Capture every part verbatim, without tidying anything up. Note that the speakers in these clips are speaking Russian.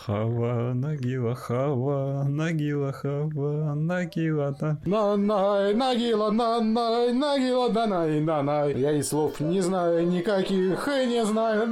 Хава, Нагила, Хава, Нагила, Хава, Нагила, да. Нанай, Нагила, Нанай, Нагила, Данай, Нанай. Я и слов не знаю никаких, и не знаю.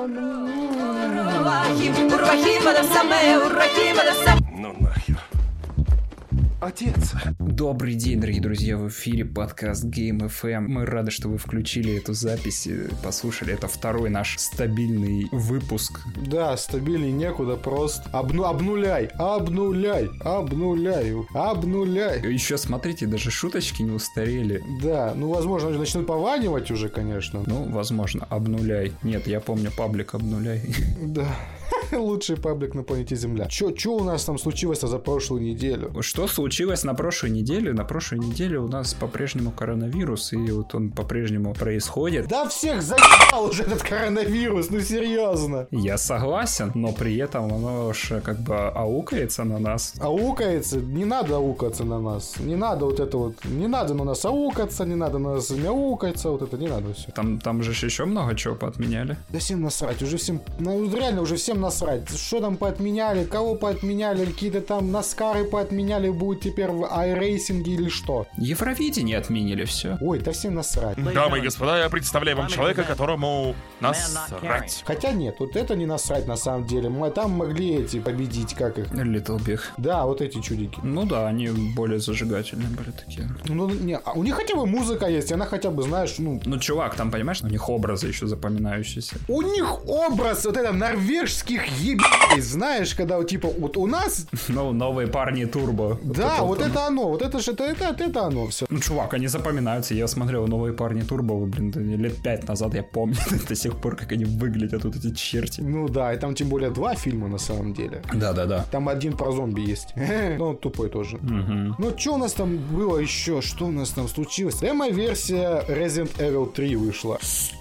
Ну нахер. Отец. Добрый день, дорогие друзья, в эфире подкаст Game эф эм. Мы рады, что вы включили эту запись, послушали. Это второй наш стабильный выпуск. Да, стабильней некуда, просто обну, обнуляй, обнуляй, обнуляй, обнуляй. Еще смотрите, даже шуточки не устарели. Да, ну возможно начнут пованивать уже, конечно. Ну, возможно, обнуляй. Нет, я помню паблик обнуляй. Да. Лучший паблик на планете Земля. Чё, чё у нас там случилось-то за прошлую неделю? Что случилось на прошлой неделе? На прошлой неделе у нас по-прежнему коронавирус, и вот он по-прежнему происходит. Да всех заебал уже этот коронавирус, ну серьезно. Я согласен, но при этом оно уж как бы аукается на нас. Аукается? Не надо аукаться на нас. Не надо вот это вот. Не надо на нас аукаться, не надо на нас мяукаться, вот это не надо все. Там, там же еще много чего поотменяли. Да всем насрать, уже всем, ну реально уже всем насрать. Что там поотменяли, кого поотменяли, какие-то там наскары поотменяли, будут теперь в айрейсинге или что? Евровидение отменили все. Ой, да всем насрать. Дамы и господа, я представляю вам человека, которому насрать. Хотя нет, вот это не насрать на самом деле. Мы там могли эти победить, как их. Little Big. Да, вот эти чудики. Ну да, они более зажигательные были такие. Ну, не, а у них хотя бы музыка есть, она хотя бы, знаешь, ну... Ну, чувак, там, понимаешь, у них образы еще запоминающиеся. У них образ вот это норвежских ебей, знаешь, когда вот типа вот у нас... Ну, новые парни турбо. Да, вот, вот это, это оно, вот это же, это, это, это оно все. Ну, чувак, они запоминаются. Я смотрел новые парни турбо, блин, лет пять назад, я помню до сих пор, как они выглядят, вот эти черти. Ну да, и там тем более два фильма на самом деле. Да-да-да. Там один про зомби есть. Ну, тупой тоже. Угу. Ну, что у нас там было еще? Что у нас там случилось? Демо-версия Resident Evil три вышла.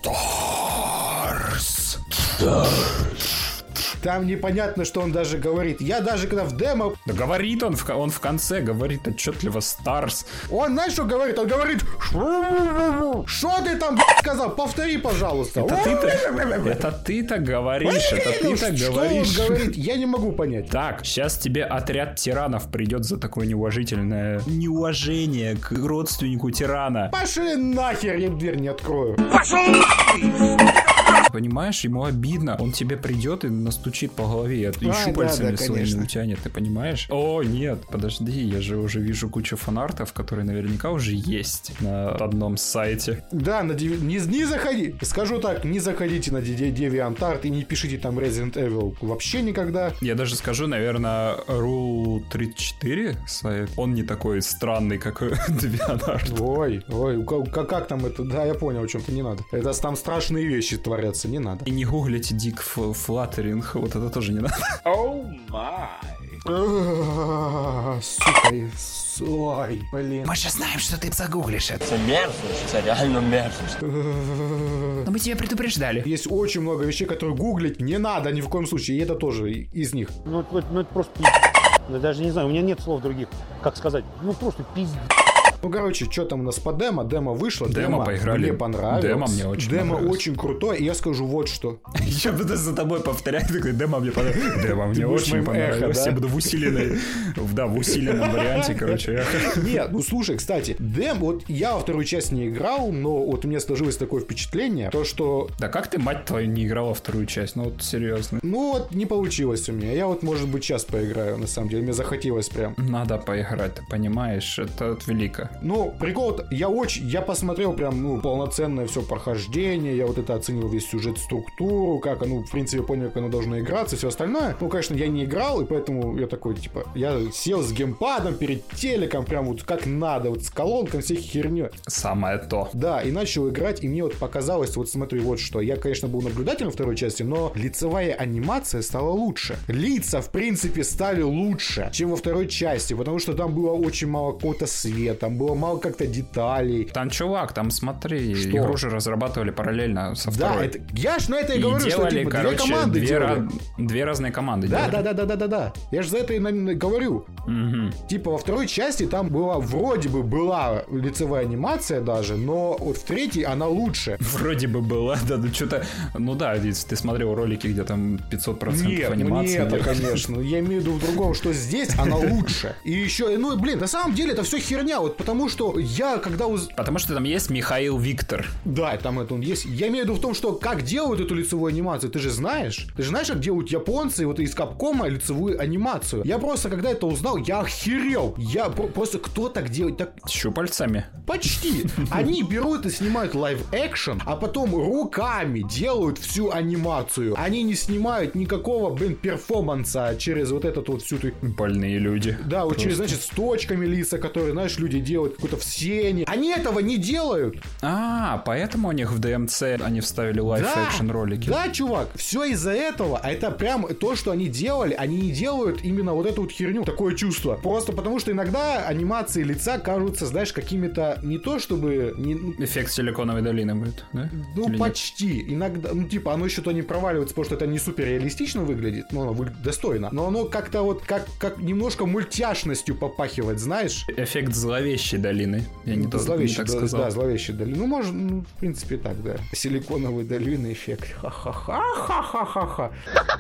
Stars. Stars. Там непонятно, что он даже говорит. Я даже когда в демо... Да говорит он, в, он в конце говорит отчетливо Stars. Он, знаешь, что говорит? Он говорит... Что ты там сказал? Повтори, пожалуйста. Это ты-то, это ты-то говоришь, это ты-то говоришь. Что он говорит? Я не могу понять. Так, сейчас тебе отряд тиранов придет за такое неуважительное неуважение к родственнику тирана. Пошли нахер, я дверь не открою. Пошел! Понимаешь, ему обидно. Он тебе придет и настучит по голове, и а, щупальцами да, да, своими утянет, ты понимаешь? О, нет, подожди, я же уже вижу кучу фанартов, которые наверняка уже есть на одном сайте. Да, на деви... не, не заходи. Скажу так, не заходите на DeviantArt и не пишите там Resident Evil вообще никогда. Я даже скажу, наверное, Rule тридцать четыре сайт, он не такой странный, как DeviantArt. Ой, ой, как, как там это? Да, я понял, о чем-то не надо. Это там страшные вещи творятся, не надо. И не гуглите Dick Fluttering, вот это тоже не надо. Оу май. Сука, ой, блин. Мы же знаем, что ты загуглишь это. Это мерзость, это реально мерзость. Но мы тебя предупреждали. Есть очень много вещей, которые гуглить не надо ни в коем случае, и это тоже из них. Ну, это, ну, это просто пи***. Я даже не знаю, у меня нет слов других, как сказать. Ну, просто пиздец. Ну, короче, что там у нас по демо? Демо вышло, демо, демо поиграли. Мне понравилось. Демо мне очень Демо понравилось. очень крутое, и я скажу вот что. Я буду за тобой повторять, такой, демо мне понравилось. Демо мне очень понравилось. Я буду в усиленной, да, в усиленном варианте, короче. Нет, ну слушай, кстати, демо, вот я во вторую часть не играл, но вот у меня сложилось такое впечатление, то что... Да как ты, мать твою, не играл во вторую часть? Ну вот, серьезно. Ну вот, не получилось у меня. Я вот, может быть, сейчас поиграю, на самом деле. Мне захотелось прям. Надо поиграть, ты понимаешь? Это вот велико. Ну, прикол, я очень, я посмотрел прям, ну, полноценное все прохождение, я вот это оценил весь сюжет, структуру, как оно, в принципе, понял, как оно должно играться, все остальное. Ну, конечно, я не играл, и поэтому я такой, типа, я сел с геймпадом перед телеком, прям вот как надо, вот с колонкой, всей херней. Самое то. Да, и начал играть, и мне вот показалось, вот смотри, вот что, я, конечно, был наблюдателем второй части, но лицевая анимация стала лучше. Лица, в принципе, стали лучше, чем во второй части, потому что там было очень мало какого-то света, там было мало как-то деталей. Там, чувак, там смотри, Что? игру же разрабатывали параллельно со Да, второй. это, я ж на это и, И говорю, делали, что типа, короче, две команды две, делали. ra- две разные команды Да, делали. да, да, да, да, да, да. Я же за это и на- говорю. Угу. Типа во второй части там была, вроде бы была лицевая анимация даже, но вот в третьей она лучше. Вроде бы была, да, ну что-то... Ну да, если ты смотрел ролики, где там пятьсот процентов Нет, ну не анимации. это, нет. конечно. Я имею в виду в другом, что здесь она лучше. И еще, ну, блин, на самом деле это все херня, вот потому что я, когда уз... Потому что там есть Михаил Виктор. Да, там это он есть. Я имею в виду в том, что как делают эту лицевую анимацию, ты же знаешь. Ты же знаешь, как делают японцы вот из Капкома лицевую анимацию. Я просто, когда это узнал, я охерел. Я про- просто кто так делает? Так Щупальцами. почти. Они берут и снимают лайв-экшен, а потом руками делают всю анимацию. Они не снимают никакого, блин, перформанса через вот этот вот всю... ту- Больные люди. Да, вот Просто. через, значит, с точками лица, которые, знаешь, люди делают какой-то в сене. Они этого не делают. А, поэтому у них в ди эм си они вставили лайф-экшн ролики. Да, чувак, все из-за этого. А это прям то, что они делали, они не делают именно вот эту вот херню. Такое чувство. Просто потому, что иногда анимации лица кажутся, знаешь, какими-то не то, чтобы... Не, Эффект Силиконовой долины будет, да? ну, Или нет? почти. Иногда, ну, типа, оно еще то не проваливается, потому что это не супер реалистично выглядит, но оно выглядит достойно. Но оно как-то вот, как, как немножко мультяшностью попахивает, знаешь? Эффект зловещей долины. Я не, то, не Зловещий, так да, сказал. да, зловещий долины. Ну, может, ну, в принципе, так, да. Силиконовый долины эффект. Ха-ха-ха-ха-ха-ха-ха.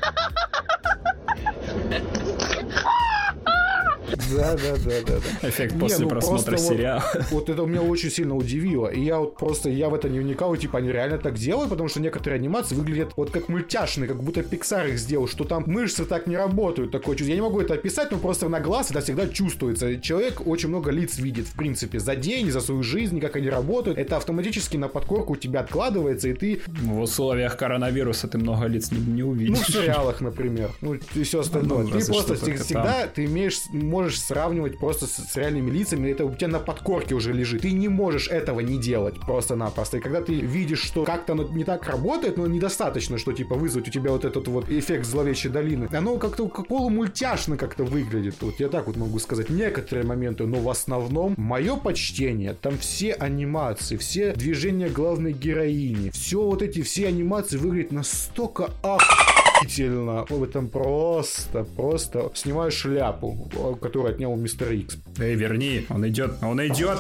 Да, да, да, да, да. Эффект Не, после ну, просмотра просто вот- сериала. Вот это меня очень сильно удивило. И я вот просто, я в это не вникал, и типа они реально так делают, потому что некоторые анимации выглядят вот как мультяшные, как будто Pixar их сделал, что там мышцы так не работают, такое чувство. Я не могу это описать, но просто на глаз это всегда чувствуется. Человек очень много лиц видит, в принципе, за день, за свою жизнь, как они работают. Это автоматически на подкорку у тебя откладывается, и ты, В условиях коронавируса ты много лиц не, не ну, увидишь. в сериалах, например, ну, и все остальное. Ну, ты разве просто что всег- только всегда ты имеешь, можешь сравнивать просто с, с реальными лицами, это у тебя на подкорке уже лежит. Ты не можешь этого не делать просто-напросто. И когда ты видишь, что как-то оно не так работает, но недостаточно, что типа вызвать у тебя вот этот вот эффект зловещей долины, оно как-то как полумультяшно как-то выглядит. Вот я так вот могу сказать. Некоторые моменты, но в основном мое почтение, там все анимации, все движения главной героини, все вот эти все анимации выглядят настолько охуительно. В этом просто, просто снимаю шляпу, которую отнял мистер Икс. Эй, верни, он идет, он идет.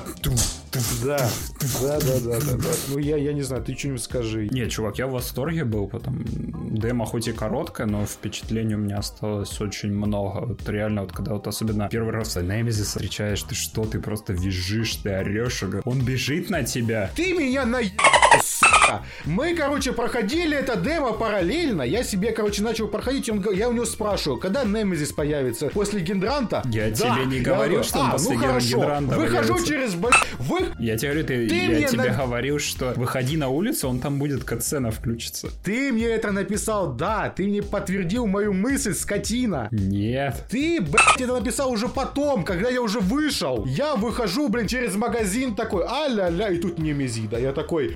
Да, да, да, да, да, да. Ну я, я не знаю, ты что-нибудь скажи. Не, чувак, я в восторге был, потом демо хоть и короткое, но впечатлений у меня осталось очень много. Вот реально, вот когда вот особенно первый раз Немезис встречаешь, ты что, ты просто визжишь, ты орешь, он бежит на тебя. Ты меня наебал, сука. Мы, короче, проходили это демо параллельно. Я себе, короче, начал проходить, и он, г- я у него спрашиваю, когда Немезис появится? После Гидранта? Я Да. тебе не Я говорил, говорю, что он а, после ну хорошо. Гидранта Выхожу появится. через... бл- Вы... Я тебе говорю, ты, Ты я мне тебе на- говорил, что выходи на улицу, он там будет, катсцена включится. Ты мне это написал, да. Ты мне подтвердил мою мысль, скотина. Нет. Ты, блядь, это написал уже потом, когда я уже вышел. Я выхожу, блин, через магазин такой, а-ля-ля, и тут Немезида. Я такой,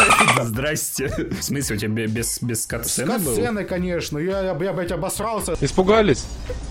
Здрасте. В смысле, у тебя без, без катсцены был? сцены, конечно. Я, я, я, блядь, обосрался. Испугались?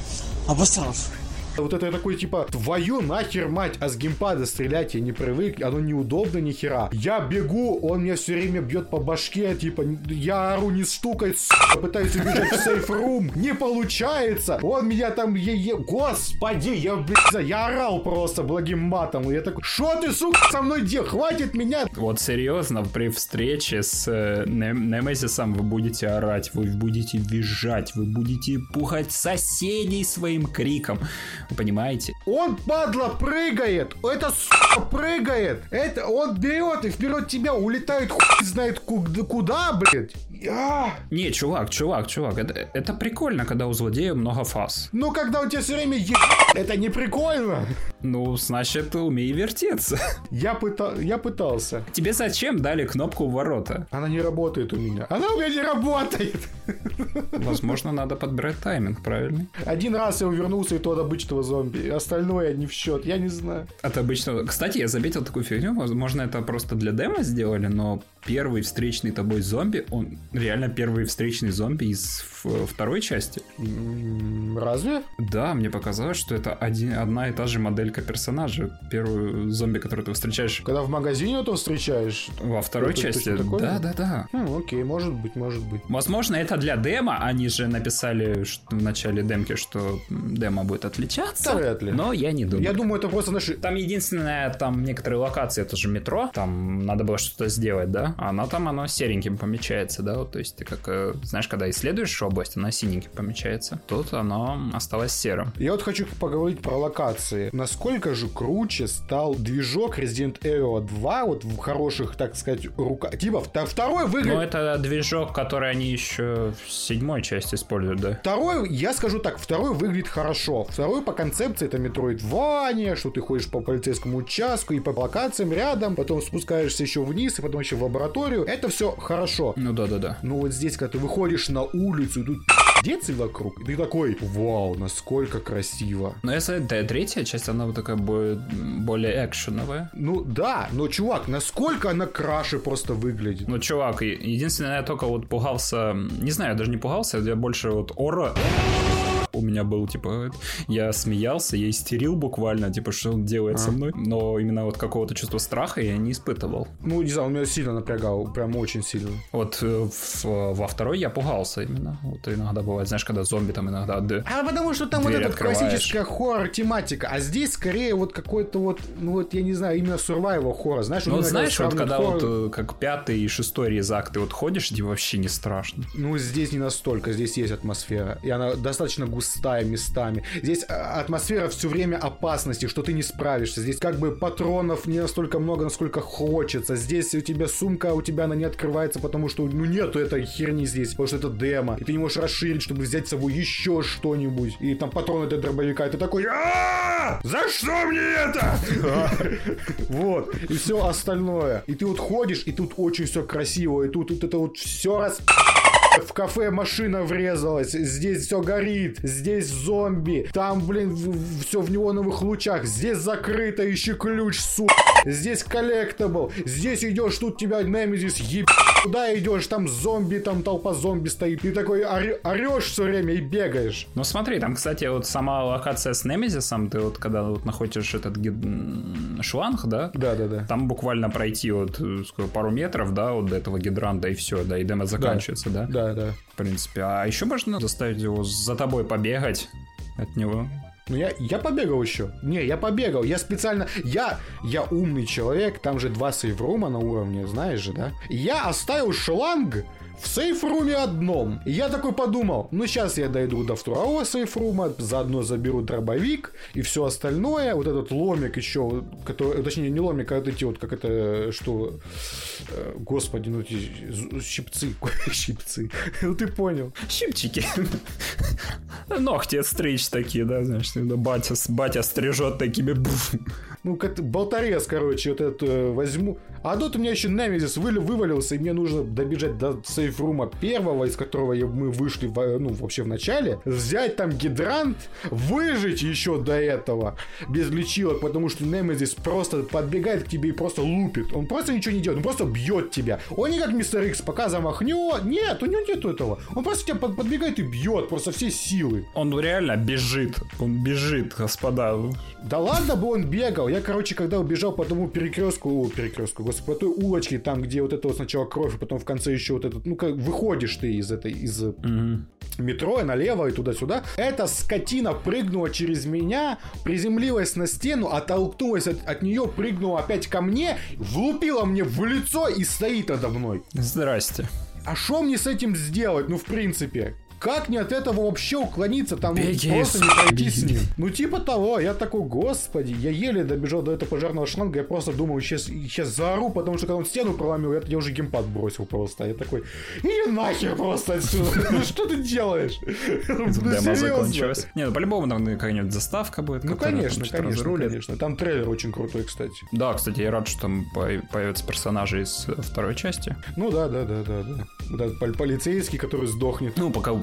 Обосрался. Вот это я такой, типа, твою нахер мать, а с геймпада стрелять я не привык, оно неудобно ни хера. Я бегу, он меня все время бьет по башке, типа, я ору не стукай, сука, пытаюсь убежать в сейф-рум, не получается. Он меня там, е- е- господи, я, блядь, я орал просто благим матом. И я такой, шо ты, сука, со мной делаешь, хватит меня. Вот серьезно, при встрече с э, Нем- Немезисом вы будете орать, вы будете визжать, вы будете пугать соседей своим криком. Вы понимаете? Он, падла, прыгает, это, сука, прыгает. Это, он берет и вперед тебя улетает хуй знает куда, куда, блядь. Я... Не, чувак, чувак, чувак, это, это прикольно, когда у злодея много фаз. Ну, когда у тебя все время е... это не прикольно. Ну, значит, умей вертеться. Я, пыта... я пытался. Тебе зачем дали кнопку в ворота? Она не работает у меня. Она у меня не работает. Возможно, надо подбирать тайминг, правильно? Один раз я увернулся, и то от обычного зомби. Остальное не в счет. Я не знаю. От обычного... Кстати, я заметил такую фигню. Возможно, это просто для демо сделали, но первый встречный тобой зомби, он реально первый встречный зомби из ф- второй части. М, Разве? Да, мне показалось, что это один, одна и та же моделька персонажа. Первую зомби, которую ты встречаешь... Когда в магазине то встречаешь? Во второй это части? Да-да-да. Хм, окей, может быть, может быть. Возможно, это для демо. Они же написали что, в начале демки, что демо будет отличаться. Да, вряд ли. Но я не думаю. Я думаю, это просто наши... Там единственное, там некоторые локации, это же метро. Там надо было что-то сделать, да? А оно там, оно сереньким помечается, да? Вот, то есть ты как, знаешь, когда исследуешь область, она синеньким помечается. Тут оно осталось серым. Я вот хочу поговорить про локации. Насколько же круче стал движок Resident Evil два вот в хороших, так сказать, руках. Типа, второй выглядит... Ну, это движок, который они еще в седьмой части используют, да? Второй, я скажу так, второй выглядит хорошо. Второй по концепции это Metroidvania, что ты ходишь по полицейскому участку и по локациям рядом, потом спускаешься еще вниз и потом еще в лабораторию. Это все хорошо. Ну да-да-да. Но вот здесь, когда ты выходишь на улицу, и тут дети вокруг, и ты такой, вау, насколько красиво. Но если это третья часть, она вот такая более, более экшеновая. Ну да, но, чувак, насколько она краше просто выглядит. Ну, чувак, единственное, я только вот пугался, не знаю, я даже не пугался, я больше вот ора... У меня был, типа, я смеялся, я истерил буквально, типа, что он делает а. со мной. Но именно вот какого-то чувства страха я не испытывал. Ну, не знаю, он меня сильно напрягал, прям очень сильно. Вот в, во второй я пугался именно. Вот иногда бывает, знаешь, когда зомби там иногда... А потому что там вот эта классическая хоррор-тематика, а здесь скорее вот какой-то вот, ну вот, я не знаю, именно survival хоррор, знаешь? Ну, вот знаешь, вот когда хоррор... вот как пятый и шестой резак ты вот ходишь, тебе вообще не страшно. Ну, здесь не настолько, здесь есть атмосфера, и она достаточно густая местами. Здесь атмосфера все время опасности, что ты не справишься. Здесь как бы патронов не настолько много, насколько хочется. Здесь у тебя сумка, у тебя она не открывается, потому что, ну, нету этой херни здесь, потому что это демо. И ты не можешь расширить, чтобы взять с собой еще что-нибудь. И там патроны для дробовика, и ты такой: а за что мне это? Вот. И все остальное. И ты вот ходишь, и тут очень все красиво, и тут это вот все раз... В кафе машина врезалась, здесь все горит, здесь зомби, там, блин, все в неоновых лучах, здесь закрыто, ищи ключ, сука, здесь коллектабл, здесь идешь, тут тебя Немезис, еб... Куда идешь, там зомби, там толпа зомби стоит, ты такой орешь все время и бегаешь. Ну смотри, там, кстати, вот сама локация с Немезисом, ты вот когда вот находишь этот гид... шланг, да? Да-да-да. Там буквально пройти вот сколько, пару метров, да, вот до этого гидранта и все, да, и демо заканчивается, да? Да, да. В принципе, а еще можно заставить его за тобой побегать от него. Ну, я, я побегал еще. Не, я побегал. Я специально... Я, я умный человек. Там же два сейфрума на уровне, знаешь же, да? Я оставил шланг в сейфруме одном. И я такой подумал, ну, сейчас я дойду до второго сейфрума, заодно заберу дробовик и все остальное. Вот этот ломик еще, который... Точнее, не ломик, а вот эти вот, как это... Что... Господи, ну, эти щипцы. Щипцы. Ну, ты понял. Щипчики. Ногти отстричь такие, да, знаешь, батя, батя стрижет такими. Ну, как болторез, короче, вот это возьму. А тут у меня еще Немезис вывалился, и мне нужно добежать до сейфрума первого, из которого мы вышли, ну, вообще в начале, взять там гидрант, выжить еще до этого без лечилок, потому что Немезис просто подбегает к тебе и просто лупит. Он просто ничего не делает, он просто бьет тебя. Он не как Мистер Икс, пока замахнет. Нет, у него нету этого. Он просто тебя подбегает и бьет, просто все силы. Он реально бежит. Он бежит, господа. Да ладно бы он бегал. Я, короче, когда убежал по тому перекрестку, о, перекрестку, господи, по той улочке, там, где вот это вот сначала кровь, а потом в конце еще вот этот, ну, как выходишь ты из этой, из mm-hmm. метро, налево и туда-сюда. Эта скотина прыгнула через меня, приземлилась на стену, оттолкнулась от, от нее, прыгнула опять ко мне, влупила мне в лицо и стоит надо мной. Здрасте. А что мне с этим сделать, ну, в принципе? Как мне от этого вообще уклониться? Там Беги, просто не пройти с ним. Ну, типа того. Я такой, господи, я еле добежал до этого пожарного шланга. Я просто думал, сейчас, сейчас заору, потому что когда он стену проломил, я, я уже геймпад бросил просто. Я такой, иди нахер просто отсюда. Ну, что ты делаешь? Демо закончилось. Не, ну, по-любому там какая-нибудь заставка будет. Ну, конечно, конечно, конечно. Там трейлер очень крутой, кстати. Да, кстати, я рад, что там появятся персонажи из второй части. Ну, да, да, да, да. Да, полицейский, который сдохнет. Ну, пока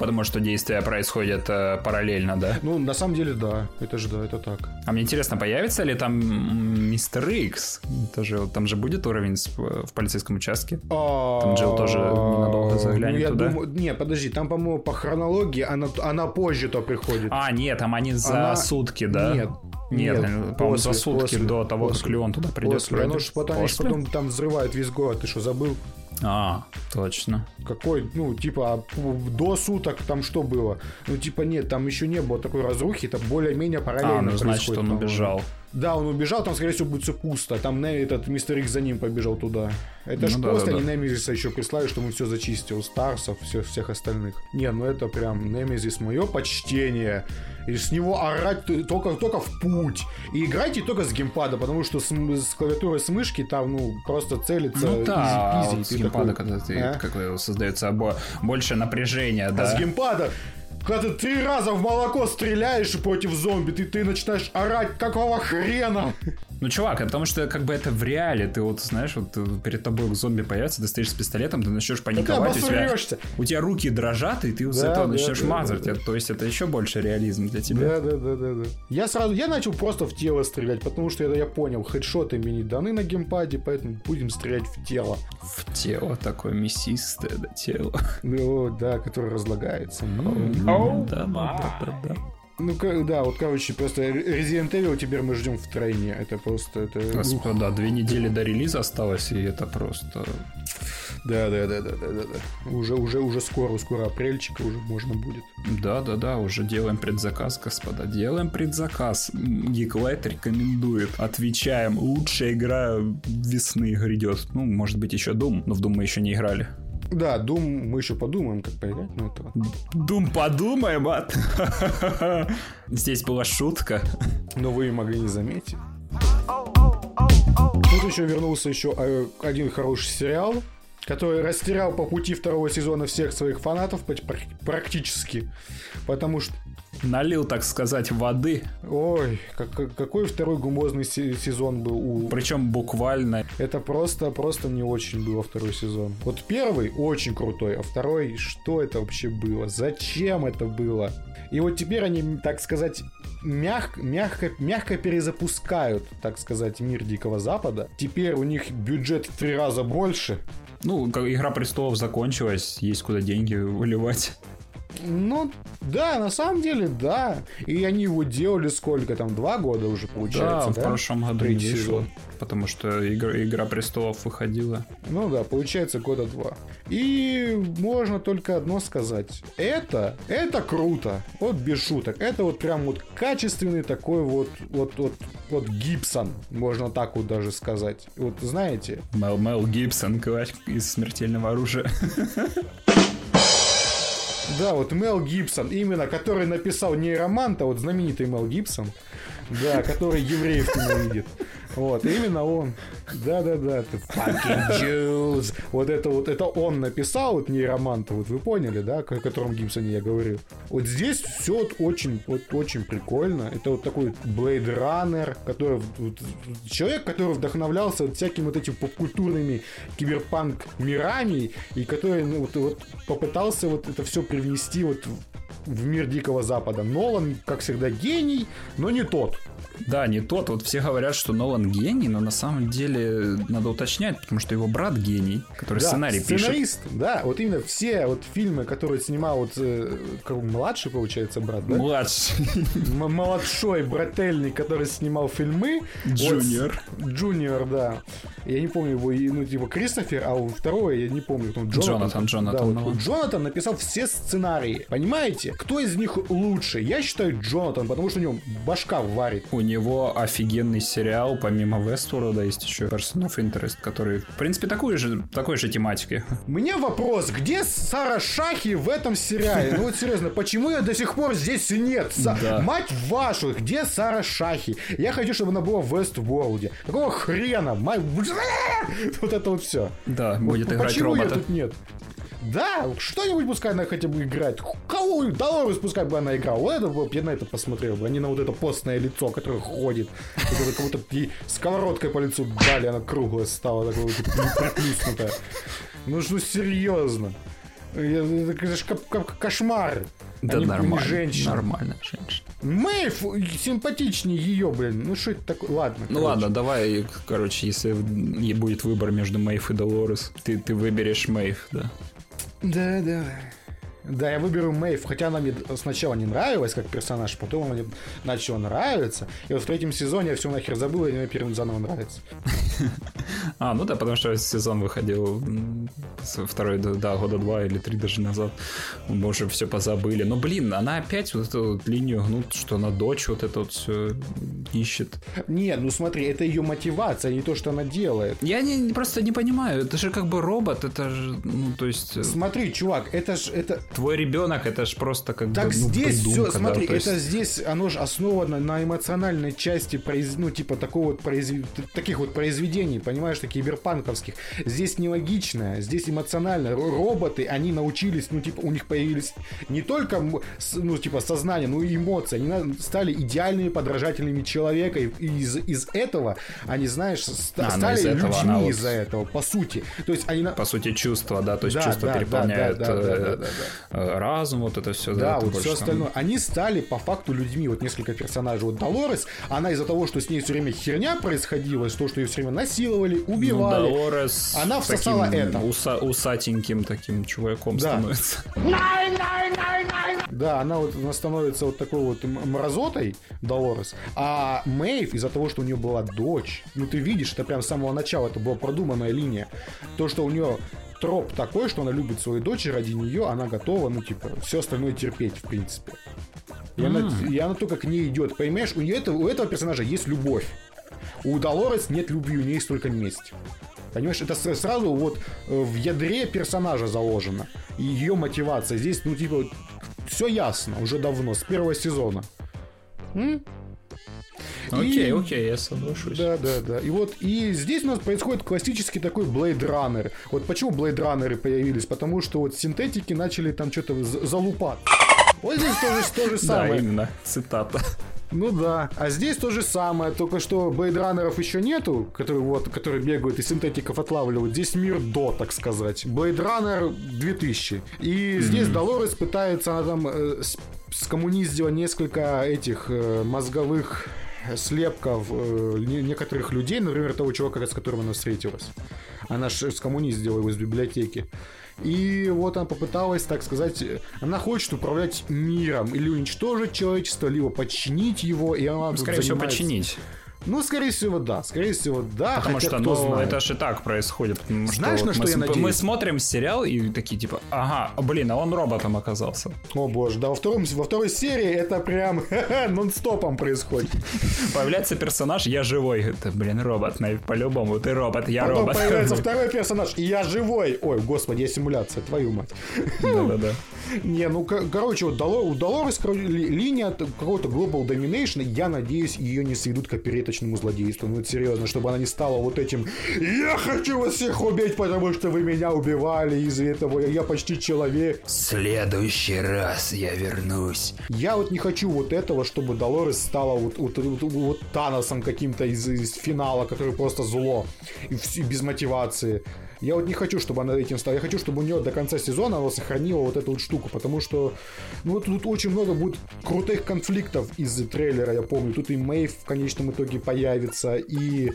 потому что действия происходят э, параллельно, да? Ну, на самом деле, да. Это же да, это так. А мне интересно, появится ли там Мистер Икс? Тоже, там же будет уровень в полицейском участке? Там Джилл тоже ненадолго заглянет ну, туда? Думаю, не, подожди, там, по-моему, по хронологии она, она позже-то приходит. А, нет, там они за она... сутки, да? Нет. Нет, Нет, по-моему, после, за сутки после, до того, после, как Леон туда придет. После. Оно же потом, они же потом там взрывают весь город. Ты что, забыл? А, точно. Какой, ну, типа, до суток там что было? Ну, типа, нет, там еще не было такой разрухи, это более-менее параллельно. А, ну, значит, он по-моему. убежал. Да, он убежал, там, скорее всего, будет все пусто. Там этот Мистер Икс за ним побежал туда. Это ну, ж да, просто да, они да. Немезиса еще прислали, что он все зачистил. Старсов, всех, всех остальных. Не, ну это прям Немезис, мое почтение. И с него орать только, только в путь. И играйте только с геймпада, потому что с, с клавиатурой, с мышки там, ну, просто целится. Ну да, изи, изи, вот с геймпада, такой, когда ты, а? как создается больше напряжения, а да. с геймпада, когда ты три раза в молоко стреляешь против зомби, ты, ты начинаешь орать, какого хрена? Ну, чувак, потому что как бы это в реале. Ты вот, знаешь, вот перед тобой зомби появится, ты стоишь с пистолетом, ты начнешь паниковать, у тебя, у тебя руки дрожат, и ты вот да, с этого да, начнешь да, мазать. Да, да. То есть это еще больше реализм для тебя. Да, да, да, да, да. Я сразу, я начал просто в тело стрелять, потому что я, я понял, хедшоты мне не даны на геймпаде, поэтому будем стрелять в тело. В тело, такое мясистое, да, тело. Ну, да, которое разлагается. Oh, да, да, да, да. Ну, да, вот, короче, просто Resident Evil теперь мы ждем втройне. Это просто... Это... Господа, две недели до релиза осталось, и это просто... Да, да, да, да, да, да, да. Уже, уже, уже скоро, скоро апрельчика уже можно будет. Да, да, да, уже делаем предзаказ, господа. Делаем предзаказ. Geeklight рекомендует. Отвечаем. Лучшая игра весны грядет. Ну, может быть, еще Doom, но в Doom мы еще не играли. Да, Doom мы еще подумаем, как поиграть, но это... Doom подумаем, а? Здесь была шутка. Но вы могли не заметить. Тут еще вернулся еще один хороший сериал, который растерял по пути второго сезона всех своих фанатов практически, потому что... Налил, так сказать, воды. Ой, как, какой второй гумозный сезон был у... Причем буквально. Это просто, просто не очень было второй сезон. Вот первый очень крутой, а второй, что это вообще было? Зачем это было? И вот теперь они, так сказать, мяг, мягко, мягко перезапускают, так сказать, мир Дикого Запада. Теперь у них бюджет в три раза больше. Ну, Игра престолов закончилась, есть куда деньги выливать. Ну, да, на самом деле, да. И они его делали сколько там, два года уже, получается, да? Да, в прошлом году не вышло, потому что игра, Игра престолов выходила. Ну да, получается года два. И можно только одно сказать. Это, это круто. Вот без шуток. Это вот прям вот качественный такой вот, вот, вот, вот Гибсон, можно так вот даже сказать. Вот знаете? Мел, Мел Гибсон, из «Смертельного оружия». Да, вот Мел Гибсон, именно, который написал «Нейроманта», вот знаменитый Мел Гибсон, да, который евреев ненавидит. Вот, именно он. Да-да-да, это fucking Jews. Вот это вот, это он написал, вот «Нейроманта», вот вы поняли, да, о котором Гибсоне я говорил. Вот здесь все вот очень, вот очень прикольно. Это вот такой Blade Runner, который, вот, человек, который вдохновлялся вот всякими вот этими попкультурными киберпанк мирами, и который, ну, вот, вот попытался вот это все привнести вот в мир Дикого Запада. Нолан, как всегда, гений, но не тот. Да, не тот. Вот все говорят, что Нолан гений, но на самом деле надо уточнять, потому что его брат гений, который да, сценарий сценарист, пишет. Да, вот именно все вот фильмы, которые снимал вот э, как, младший, получается, брат, да? Младший. М- младшой брательник, который снимал фильмы. Джуниор. Вот, Джуниор, да. Я не помню его, ну, типа Кристофер, а у второго я не помню. Там, Джонатан, Джонатан. Да, вот, Джонатан написал все сценарии. Понимаете? Кто из них лучше? Я считаю Джонатан, потому что у него башка варит. У него офигенный сериал, помимо Westworld, есть еще Person of Interest, который, в принципе, такой же, такой же тематики. Мне вопрос, где Сара Шахи в этом сериале? Ну вот серьезно, почему ее до сих пор здесь нет? Са... Да. Мать вашу, где Сара Шахи? Я хочу, чтобы она была в Westworld. Какого хрена? Мать... Вот это вот все. Да, будет вот, играть почему робота. Почему ее тут нет? Да, что-нибудь пускай она хотя бы играет. Кого Долорес пускай бы она играла. Вот это бы, я на это посмотрел бы, а не на вот это постное лицо, которое ходит. Которое как будто ей сковородкой по лицу дали, она круглая стала, такая вот приплюснутая. Ну что, серьезно. Это же кошмар. Да они, нормально, они женщины. Нормально, женщина. Мэйв симпатичнее ее, блин. Ну что это такое? Ладно. Ну короче. Ладно, давай, короче, если будет выбор между Мэйв и Долорес, ты, ты выберешь Мэйв, да? Да, да. Да, я выберу Мэйв, хотя она мне сначала не нравилась как персонаж, потом она мне начала нравиться. И вот в третьем сезоне я все нахер забыл, и мне первым заново нравится. А, ну да, потому что сезон выходил второй, да, года два или три даже назад. Мы уже все позабыли. Но, блин, она опять вот эту вот линию гнут, что она дочь вот это вот все ищет. Нет, ну смотри, это ее мотивация, не то, что она делает. Я не, просто не понимаю, это же как бы робот, это же, ну, то есть... Смотри, чувак, это ж, это... Твой ребенок, это же просто как так бы, ну, здесь придумка, все, смотри, да, есть... это здесь, оно же основано на эмоциональной части, произ... ну, типа, такого вот произв... таких вот произведений, понимаешь, таких киберпанковских. Здесь нелогичное, здесь эмоционально. Роботы, они научились, ну, типа, у них появились не только, ну, типа, сознание, но и эмоции. Они стали идеальными подражателями человека, и из, из этого они, знаешь, ст... а, стали людьми вот... из-за этого, по сути. То есть они... По сути, чувства, да, то есть да, чувства да, переполняют да, да, да, да, да, да. разум, вот это все. Да, да, вот все остальное. Там... Они стали по факту людьми. Вот несколько персонажей. Вот Долорес, она из-за того, что с ней все время херня происходила, то, что ее все время насиловали, убивали. Ну, Долорес она всосала это. Уса- усатеньким таким чуваком да. становится. Да, она вот она становится вот такой вот мразотой, Долорес. А Мэйв из-за того, что у нее была дочь, ну ты видишь, это прям с самого начала, это была продуманная линия. То, что у нее троп такой, что она любит свою дочь, и ради нее она готова, ну, типа, все остальное терпеть, в принципе. И, mm. она, и она только к ней идет, понимаешь? У, нее, у этого персонажа есть любовь. У Долорес нет любви, у нее есть только месть. Понимаешь, это сразу вот в ядре персонажа заложено. И ее мотивация. Здесь, ну, типа, все ясно уже давно, с первого сезона. М? Окей, и... окей, я соглашусь. Да, да, да. И вот и здесь у нас происходит классический такой Blade Runner. Вот почему Blade Runner появились? Потому что вот синтетики начали там что-то залупать. Вот здесь тоже то же самое. Да, именно, цитата. Ну да. А здесь то же самое, только что Блейдранеров еще нету, которые, вот, которые бегают и синтетиков отлавливают. Здесь мир до, так сказать. Blade Runner две тысячи. И mm-hmm. здесь Долорес пытается, она там э, скоммуниздила несколько этих э, мозговых слепков э, некоторых людей, например, того чувака, с которым она встретилась. Она же скоммуниздила его из библиотеки. И вот она попыталась, так сказать, она хочет управлять миром или уничтожить человечество, либо подчинить его, и она скорее всего занимается... подчинить. Ну, скорее всего, да. Скорее всего, да. Потому хотя, что, кто ну, знает. это же так происходит. Знаешь, что на вот что мы, я надеюсь? Мы смотрим сериал и такие, типа, ага, блин, а он роботом оказался. О боже, да, во, втором, во второй серии это прям нон-стопом происходит. Появляется персонаж, я живой. Это, блин, робот, по-любому, ты робот, я Потом робот. появляется второй персонаж, я живой. Ой, господи, я симуляция, твою мать. Да-да-да. Не, ну, короче, вот у Долорес линия какого-то Global Domination, я надеюсь, ее не сведут к опереточному злодейству. Ну, это серьезно, чтобы она не стала вот этим «Я хочу вас всех убить, потому что вы меня убивали из-за этого, я почти человек». В следующий раз я вернусь. Я вот не хочу вот этого, чтобы Долорес стала вот, вот, вот, вот Таносом каким-то из, из финала, который просто зло и, и без мотивации. Я вот не хочу, чтобы она этим стала. Я хочу, чтобы у нее до конца сезона она сохранила вот эту вот штуку, потому что ну, тут очень много будет крутых конфликтов из трейлера, я помню. Тут и Мэйв в конечном итоге появится, и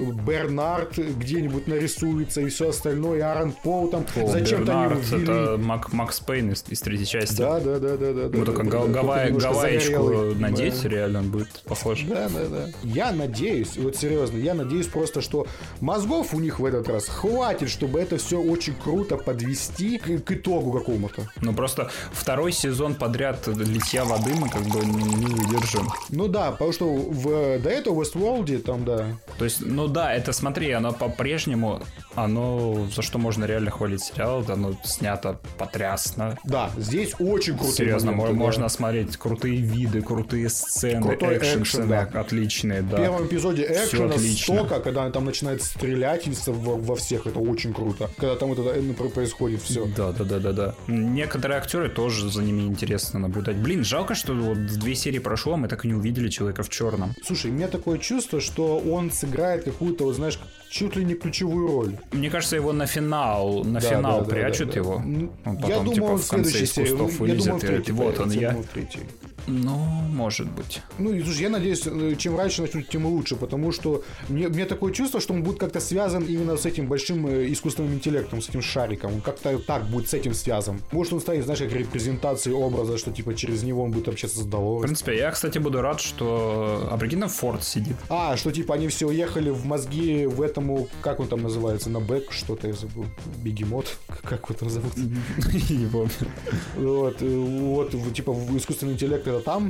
Бернард где-нибудь нарисуется, и все остальное, и Аарон Пол там. О, зачем-то Бернард, они ввели... это Мак, Макс Пейн из, из третьей части. Да, да, да, да, да. Ну, да, только да, гав- да, гавай, гавайечку загорелый. надеть, Да. реально он будет похож. Да, да, да. Я надеюсь, вот серьезно, я надеюсь просто, что мозгов у них в этот раз хватит, чтобы это все очень круто подвести к, к итогу какому-то. Ну, просто второй сезон подряд литья воды мы как бы не, не выдержим. Ну да, потому что в, до этого в Westworld там, да. То есть, ну да, это, смотри, оно по-прежнему, оно, за что можно реально хвалить сериал, оно снято потрясно. Да, здесь очень круто. Серьезно, моменты, можно да. смотреть крутые виды, крутые сцены, крутой экшен, экшен да. отличные, да. В первом эпизоде экшена столько, когда он там начинает стрелять во, во всех, это очень круто. Когда там это происходит все. Да, да, да, да, да. Некоторые актеры тоже за ними интересно наблюдать. Блин, жалко, что вот две серии прошло, а мы так и не увидели Человека в черном. Слушай, у меня такое чувство, что он сыграет какую-то, вот знаешь, чуть ли не ключевую роль. Мне кажется, его на финал, на Да, финал да, да, прячут да, да. его. Ну, Он я потом, думаю, типа, он в в конце следующей из серии. кустов Я вылезет думаю, в и третьей говорит, вот он появится, я я. думаю, в третьей. Ну, может быть. Ну, и слушай, я надеюсь, чем раньше начнут, тем лучше, потому что мне, мне такое чувство, что он будет как-то связан именно с этим большим э, искусственным интеллектом, с этим шариком. Он как-то так будет с этим связан. Может, он станет, знаешь, как репрезентацией образа, что типа через него он будет общаться с Долорес. В принципе, я, кстати, буду рад, что... А прикинь, там Форд сидит. А, что типа они все уехали в мозги в этому, как он там называется, на бэк, что-то я забыл. Бегемот, как его там зовут? Не помню. Вот, вот, типа искусственный интеллект это там.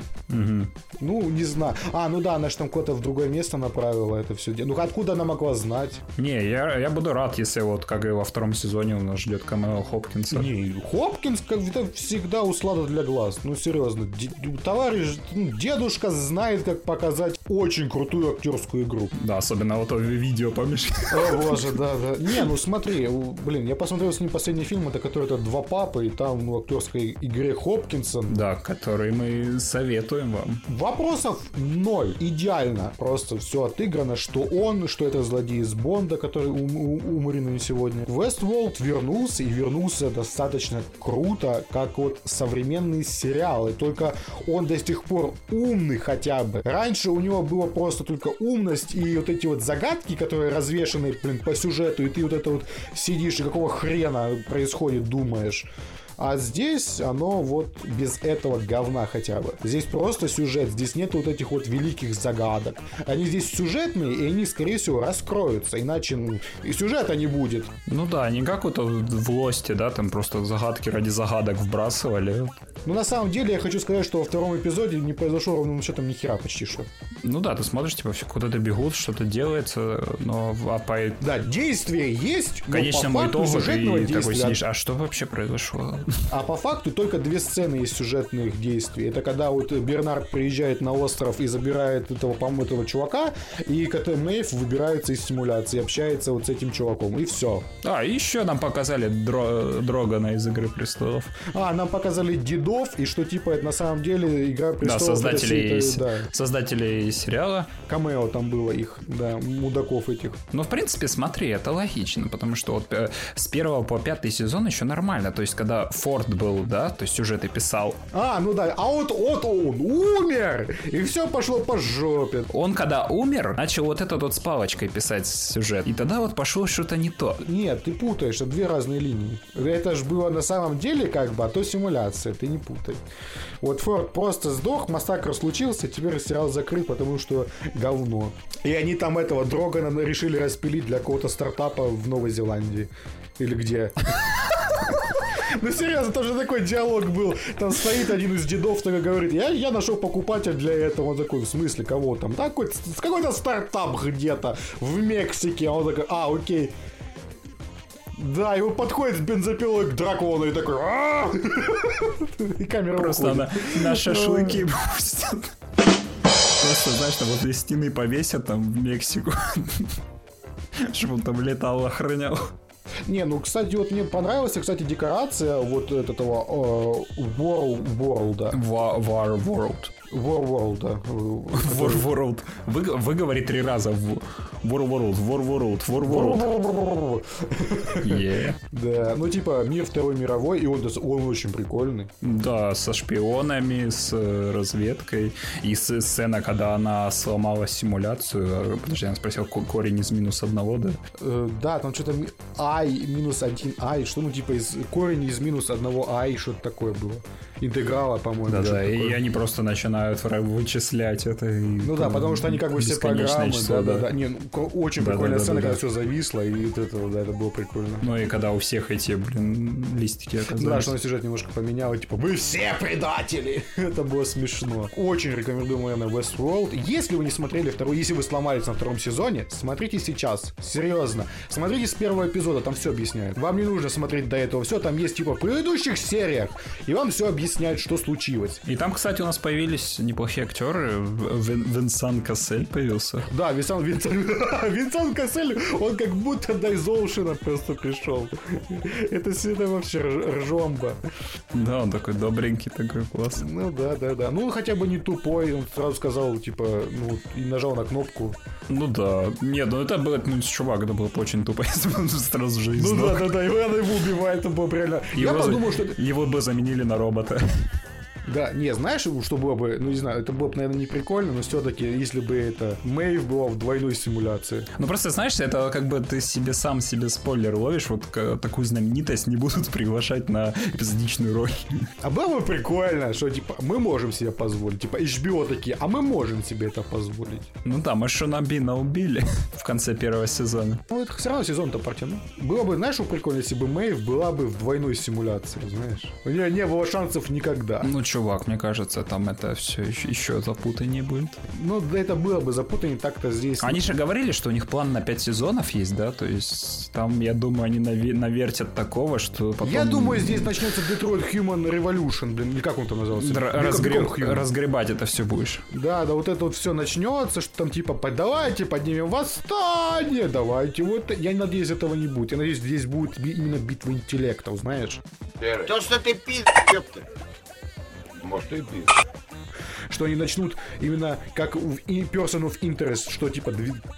Ну, не знаю. А, ну да, она же там куда-то в другое место направила это все. Ну, откуда она могла знать? Не, я, я буду рад, если вот, как и во втором сезоне, у нас ждет камео Хопкинса. Не, Хопкинс как это всегда услада для глаз. Ну, серьезно. Д- товарищ, ну, дедушка знает, как показать очень крутую актерскую игру. Да, особенно вот то видео, помнишь? О, боже, да, да. Не, ну смотри, блин, я посмотрел с ним последний фильм, это который это «Два папы», и там ну, актерской игре Хопкинса. Да, который мы советуем вам. Вопросов ноль. Идеально. Просто все отыграно, что он, что это злодей из Бонда, который ум- ум- умерен сегодня. Westworld вернулся, и вернулся достаточно круто, как вот современные сериалы. Только он до сих пор умный хотя бы. Раньше у него было просто только умность и вот эти вот загадки, которые развешаны, блин, по сюжету, и ты вот это вот сидишь и какого хрена происходит, думаешь. А здесь оно вот без этого говна хотя бы. Здесь просто сюжет, здесь нет вот этих вот великих загадок. Они здесь сюжетные, и они, скорее всего, раскроются. Иначе ну, и сюжета не будет. Ну да, не как вот в Лосте, да, там просто загадки ради загадок вбрасывали. Но на самом деле я хочу сказать, что во втором эпизоде не произошло ровным счетом ни хера почти что. Ну да, ты смотришь, типа, все куда-то бегут, что-то делается, но а по Да, действие есть, к конечному но по факту итогу сюжетного ты такой действия... сидишь, а что вообще произошло? А по факту только две сцены из сюжетных действий. Это когда вот Бернард приезжает на остров и забирает этого, по-моему, этого чувака, и когда Мэйв выбирается из симуляции, общается вот с этим чуваком, и все. А, и еще нам показали Дро... Дрогана из «Игры престолов». А, нам показали дедов, и что типа это на самом деле «Игра престолов». Да, создателей, это, да, создателей сериала. камео там было их, да, мудаков этих. Ну, в принципе, смотри, это логично, потому что вот э, с первого по пятый сезон еще нормально. То есть, когда Форд был, да, то есть сюжеты писал. А, ну да, а вот, вот он умер, и все пошло по жопе. Он, когда умер, начал вот этот вот с палочкой писать сюжет. И тогда вот пошло что-то не то. Нет, ты путаешь, это две разные линии. Это же было на самом деле как бы, а то симуляция, ты не путай. Вот Форд просто сдох, массакр случился, теперь сериал закрыт, потому что говно. И они там этого Дрогана решили распилить для какого-то стартапа в Новой Зеландии. Или где? Ну серьезно, тоже такой диалог был. Там стоит один из дедов, такой говорит, я, я нашел покупателя для этого. Он такой, в смысле, кого там? Да, какой-то, какой-то стартап где-то в Мексике. А он такой, а, окей. Да, и он подходит с бензопилой к дракону и такой... И камера Просто уходит. на, на шашлыки пустят. Просто, знаешь, там вот из стены повесят там в Мексику. Чтобы он там летал, охранял. Не, ну, кстати, вот мне понравилась, кстати, декорация вот этого э, War World. War, War World. War World, да. War World. Вы, выговори три раза. War World, War World, War World. Yeah. Да, ну типа мир Второй мировой, и он, он очень прикольный. Да, со шпионами, с разведкой. И с, сцена, когда она сломала симуляцию. Подожди, она спросила корень из минус одного, да? Э, да, там что-то i минус один i, что ну типа из корень из минус одного i, что-то такое было. Интеграла, по-моему. Да-да, и они просто начинают вычислять это. И, ну да, потому что они как бы все программы. Число, да, да, да, да. Не, ну, очень да, прикольная да, сцена, да, когда да. все зависло, и вот это, да, это было прикольно. Ну и когда у всех эти, блин, листики оказались. Да, что он сюжет немножко поменял, типа, мы все предатели! Это было смешно. Очень рекомендую, наверное, Westworld. Если вы не смотрели второй, если вы сломались на втором сезоне, смотрите сейчас. Серьезно. Смотрите с первого эпизода, там все объясняют. Вам не нужно смотреть до этого все, там есть, типа, в предыдущих сериях, и вам все объясняют, что случилось. И там, кстати, у нас появились появились неплохие актеры. Вин, Винсан Кассель появился. Да, Винсан, Винсан, Винсан Кассель, он как будто до из Оушена просто пришел. Это всегда вообще ржомба. Да, он такой добренький, такой класс. Ну да, да, да. Ну он хотя бы не тупой, он сразу сказал, типа, ну, и нажал на кнопку. Ну да. Нет, ну это был, ну, чувак, это было очень тупо, если бы он сразу же издох. Ну да, да, да, его, она его убивает, это было реально... Его, Я подумал, что... его бы заменили на робота. Да, не, знаешь, что было бы, ну не знаю, это было бы, наверное, не прикольно, но все-таки, если бы это Мэйв была в двойной симуляции. Ну просто, знаешь, это как бы ты себе сам себе спойлер ловишь, вот такую знаменитость не будут приглашать на эпизодичную роль. А было бы прикольно, что типа мы можем себе позволить, типа эйч би о такие, а мы можем себе это позволить. Ну да, мы Шона Бина убили в конце первого сезона. Ну это все равно сезон-то протянул. Было бы, знаешь, что прикольно, если бы Мэйв была бы в двойной симуляции, знаешь. У нее не было шансов никогда. Ну чувак, мне кажется, там это все еще, еще запутаннее будет. Ну, да, это было бы запутаннее, так-то здесь... Они же говорили, что у них план на пять сезонов есть, да? То есть там, я думаю, они нави- навертят такого, что потом... Я думаю, здесь начнется Detroit Human Revolution, блин, или как он там назывался? Р- разгреб... Разгребать это все будешь. Да, да, вот это вот все начнется, что там типа, давайте поднимем восстание, давайте вот... Я надеюсь, этого не будет. Я надеюсь, здесь будет именно битва интеллектов, знаешь? То, что ты пи***, ёпта. Может, и пи***. Что они начнут именно как в Person of Interest, что типа...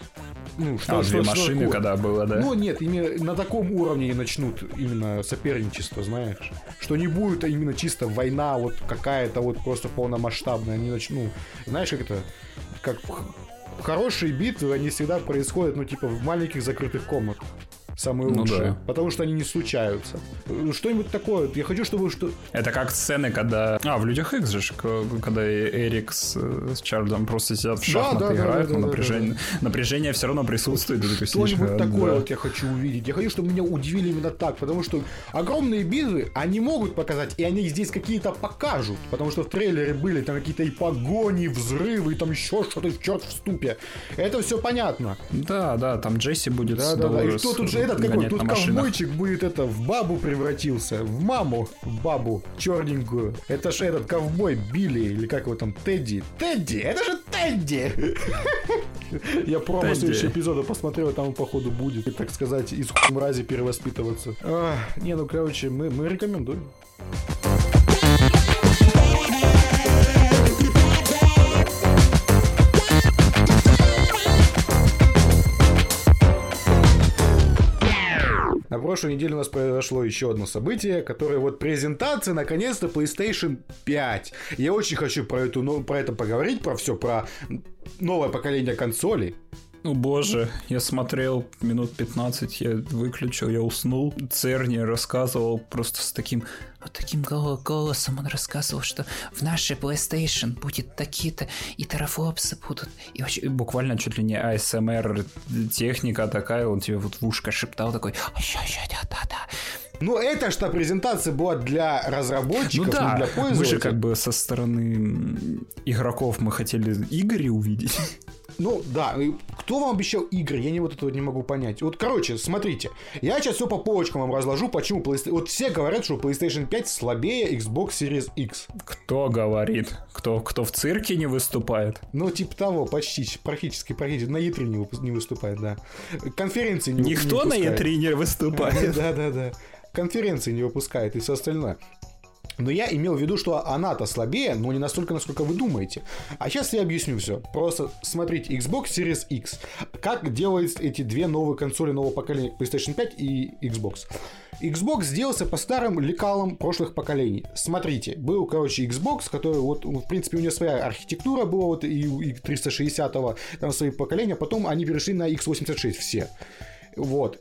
Ну, что, а, что, две что, машины, что, когда было, да? Ну, нет, именно на таком уровне и начнут именно соперничество, знаешь. Что не будет именно чисто война вот какая-то вот просто полномасштабная. Они начнут, знаешь, как это... Как хорошие битвы, они всегда происходят, ну, типа, в маленьких закрытых комнатах. Самые ну лучшие. Да. Потому что они не случаются. Что-нибудь такое. Я хочу, чтобы... Что... Это как сцены, когда... А, в «Людях Икс» же, когда Эрик с, с Чарльзом просто сидят в шахматы, да, да, играют, да, да, но да, напряжение, да, да. напряжение все равно присутствует. Что-нибудь а, такое да. вот я хочу увидеть. Я хочу, чтобы меня удивили именно так. Потому что огромные битвы они могут показать, и они здесь какие-то покажут. Потому что в трейлере были там какие-то и погони, взрывы, и там еще что-то, черт в ступе. Это все понятно. Да, да, там Джесси будет да, с да, да. И кто тут же этот какой? Тут ковбойчик будет это в бабу превратился. В маму. В бабу черненькую. Это ж этот ковбой Билли. Или как его там? Тедди. Тедди! Это же Тедди! Я промо следующего эпизода посмотрел, там походу будет, так сказать, из хуй мрази перевоспитываться. Не, ну короче, мы, мы рекомендуем. На прошлой неделе у нас произошло еще одно событие, которое вот презентация, наконец-то, PlayStation пять. Я очень хочу про, эту, ну, про это поговорить, про все, про новое поколение консолей. О боже, я смотрел минут пятнадцать, я выключил, я уснул. Церни рассказывал просто с таким, вот таким голосом, он рассказывал, что в нашей PlayStation будет такие-то и терафлопсы будут. И, вообще, и буквально чуть ли не эй эс эм ар техника такая, он тебе вот в ушко шептал такой, да-да-да. Ну, это что презентация была для разработчиков, ну, да. не для пользователей. Мы же как бы со стороны игроков мы хотели игры увидеть. Ну, да, кто вам обещал игры? Я не вот этого не могу понять. Вот, короче, смотрите, я сейчас все по полочкам вам разложу, почему PlayStation... Вот все говорят, что PlayStation пять слабее Xbox Series X. Кто говорит? Кто, кто в цирке не выступает? Ну, типа того, почти, практически, практически. На и три не, не выступает, да. Конференции не выпускает. Никто на и три не выступает. Да-да-да. Конференции не выпускает и все остальное. Но я имел в виду, что она-то слабее, но не настолько, насколько вы думаете. А сейчас я объясню все. Просто смотрите, Xbox Series X. Как делают эти две новые консоли нового поколения, PlayStation пять и Xbox. Xbox сделался по старым лекалам прошлых поколений. Смотрите, был, короче, Xbox, который вот, в принципе, у него своя архитектура была, вот и у триста шестидесятого, там свои поколения, потом они перешли на икс восемьдесят шесть все. Вот,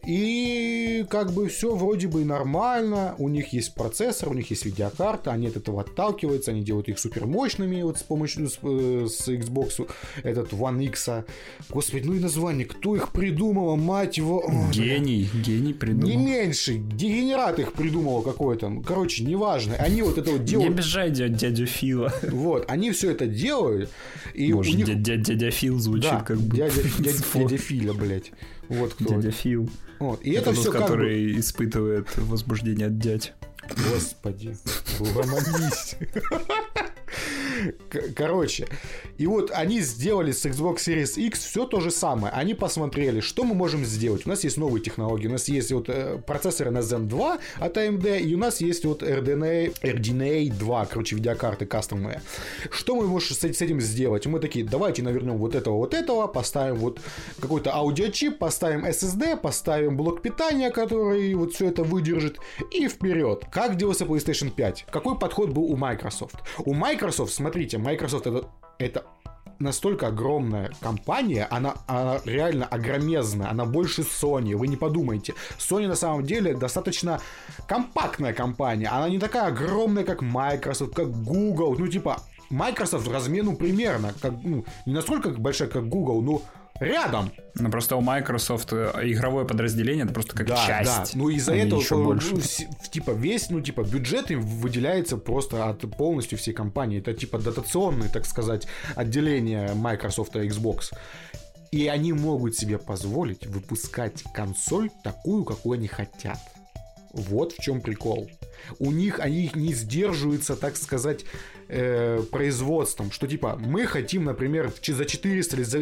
и как бы все вроде бы нормально, у них есть процессор, у них есть видеокарта, они от этого отталкиваются, они делают их супер мощными вот с помощью, с, с Xbox, этот One X. Господи, ну и название, кто их придумал, мать его. Гений, гений придумал. Не меньше, дегенерат их придумал какой-то, короче, неважно, они вот это вот делают. Не обижай дядю Фила. Вот, они все это делают. И Боже, у них... дядя, дядя Фил звучит да, как бы. Дядя, дядя, дядя Филя, блядь. Вот кто. Дядя Фил. Вот. И это, это все тот, как который бы... испытывает возбуждение от дядь. Господи, угомонись. Короче, и вот они сделали с Xbox Series X все то же самое. Они посмотрели, что мы можем сделать. У нас есть новые технологии. У нас есть вот процессоры на Zen два от эй эм ди, и у нас есть вот эр ди эн эй два, короче, видеокарты кастомные. Что мы можем с этим сделать? Мы такие, давайте навернем вот этого, вот этого, поставим вот какой-то аудиочип, поставим эс эс ди, поставим блок питания, который вот все это выдержит, и вперед. Как делался PlayStation пять? Какой подход был у Microsoft? У Microsoft, смотрите, Microsoft это, это настолько огромная компания, она, она реально огромезная, она больше Sony, вы не подумайте. Sony на самом деле достаточно компактная компания, она не такая огромная, как Microsoft, как Google, ну типа Microsoft размену примерно, как, ну, не настолько большая, как Google, но рядом. Ну, просто у Microsoft игровое подразделение, это просто как да, часть. Да, ну из-за Они этого, еще ну, больше. типа, весь, ну, типа, бюджет им выделяется просто от полностью всей компании. Это, типа, дотационное, так сказать, отделение Microsoft и Xbox. И они могут себе позволить выпускать консоль такую, какую они хотят. Вот в чем прикол. У них, они не сдерживаются, так сказать, э, производством. Что, типа, мы хотим, например, за четыреста или за...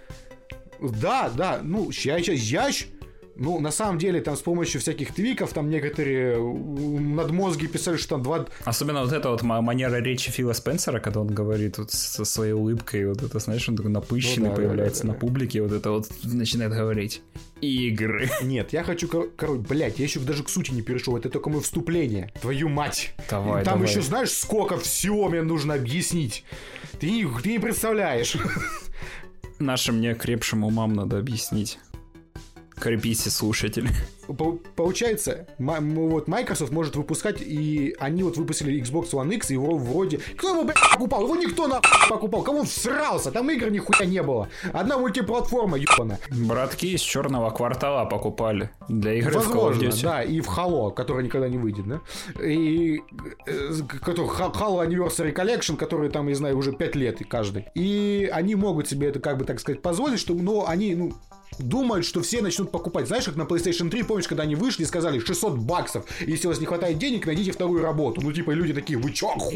Да, да, ну, я, я, я, ну, на самом деле, там с помощью всяких твиков, там некоторые надмозги писали, что там два... Особенно вот эта вот манера речи Фила Спенсера, когда он говорит вот со своей улыбкой, вот это, знаешь, он такой напыщенный, ну, да, появляется да, да, на да. публике, вот это вот начинает говорить. Игры. Нет, я хочу, короче, блядь, я еще даже к сути не перешел, это только мое вступление. Твою мать. Давай, там давай. еще знаешь, сколько всего мне нужно объяснить. Ты не, ты не представляешь. Нашим некрепшим умам надо объяснить. Крепитесь, слушатели. Получается, вот Microsoft может выпускать, и они вот выпустили Xbox One X, и его вроде... Кто его, блядь, покупал? Его никто на покупал. Кому он всрался? Там игр нихуя не было. Одна мультиплатформа, ебаная. Братки из Черного квартала покупали для игры возможно, в Call of Duty. Да, и в Halo, которая никогда не выйдет, да? И... Halo Anniversary Collection, который там, я знаю, уже пять лет и каждый. И они могут себе это, как бы, так сказать, позволить, что, но они, ну... думают, что все начнут покупать. Знаешь, как на PlayStation три, помнишь, когда они вышли и сказали шестьсот баксов, если у вас не хватает денег, найдите вторую работу. Ну, типа, люди такие, вы чё, охуели?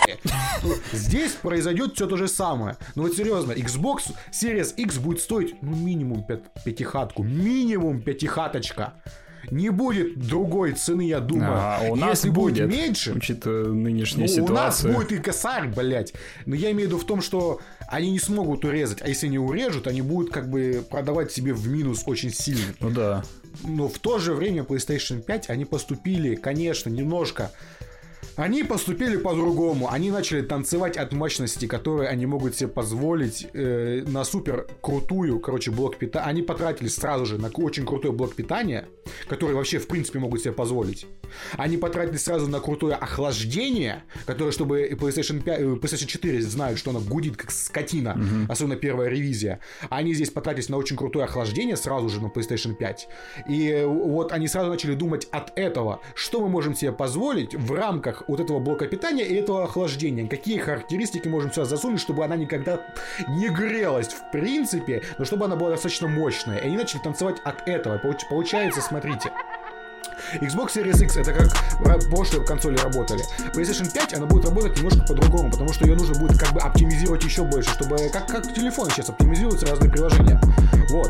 Здесь произойдет все то же самое. Ну, вот серьезно, Xbox Series X будет стоить, ну, минимум пятихатку. Минимум пятихаточка. Не будет другой цены, я думаю. А, у нас если будет, будет меньше, учитывая нынешнюю ну, ситуацию. У нас будет и косарь, блять. Но я имею в виду в том, что они не смогут урезать. А если не урежут, они будут как бы продавать себе в минус очень сильно. Ну да. Но в то же время PlayStation пять они поступили, конечно, немножко... Они поступили по-другому. Они начали танцевать от мощности, которые они могут себе позволить э, на супер крутую, короче, блок питания. Они потратили сразу же на очень крутой блок питания, который вообще, в принципе, могут себе позволить. Они потратили сразу на крутое охлаждение, которое, чтобы PlayStation пять, PlayStation четыре знают, что она гудит как скотина, mm-hmm. особенно первая ревизия. Они здесь потратились на очень крутое охлаждение сразу же на PlayStation пять. И вот они сразу начали думать от этого, что мы можем себе позволить в рамках вот этого блока питания и этого охлаждения. Какие характеристики можем сюда засунуть, чтобы она никогда не грелась в принципе, но чтобы она была достаточно мощная. И они начали танцевать от этого. Получается, смотрите. Xbox Series X это как прошлые консоли работали. PlayStation пять она будет работать немножко по-другому, потому что ее нужно будет как бы оптимизировать еще больше, чтобы как, как телефоны сейчас оптимизируются разные приложения. Вот.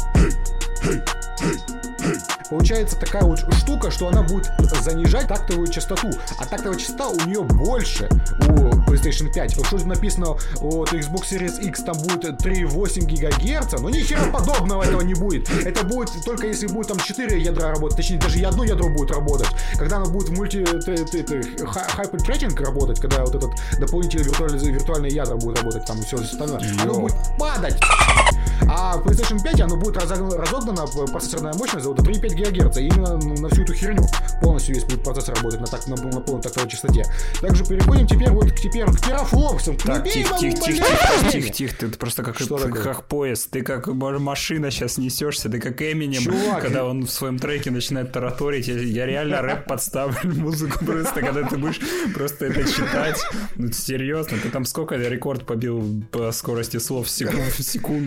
Получается такая вот штука, что она будет занижать тактовую частоту. А тактовая частота у нее больше у PlayStation пять. Вот что написано у Xbox Series X, там будет три и восемь гигагерца. Но ни хера подобного этого не будет. Это будет только если будет там четыре ядра работать. Точнее, даже и одно ядро будет работать. Когда оно будет в мульти хайпер-трекинг работать, когда вот этот дополнительный виртуальный, виртуальные ядра будут работать, там все остальное, оно будет падать. А в PlayStation пять оно будет разогнано, процессорная мощность за вот три и пять гигагерца. И именно на всю эту херню полностью весь будет процессор работать на, так, на, на полной тактовой частоте. Также переходим теперь вот к, теперь к терафлопсам. Так, тихо, тихо, тихо, тихо, тихо, ты просто как, ты, как поезд, ты как машина сейчас несешься, ты как Эминем, Чувак, когда он в своем треке начинает тараторить. Я, я реально рэп подставлю музыку просто, когда ты будешь просто это читать. Ну серьезно, ты там сколько рекорд побил по скорости слов в секунду?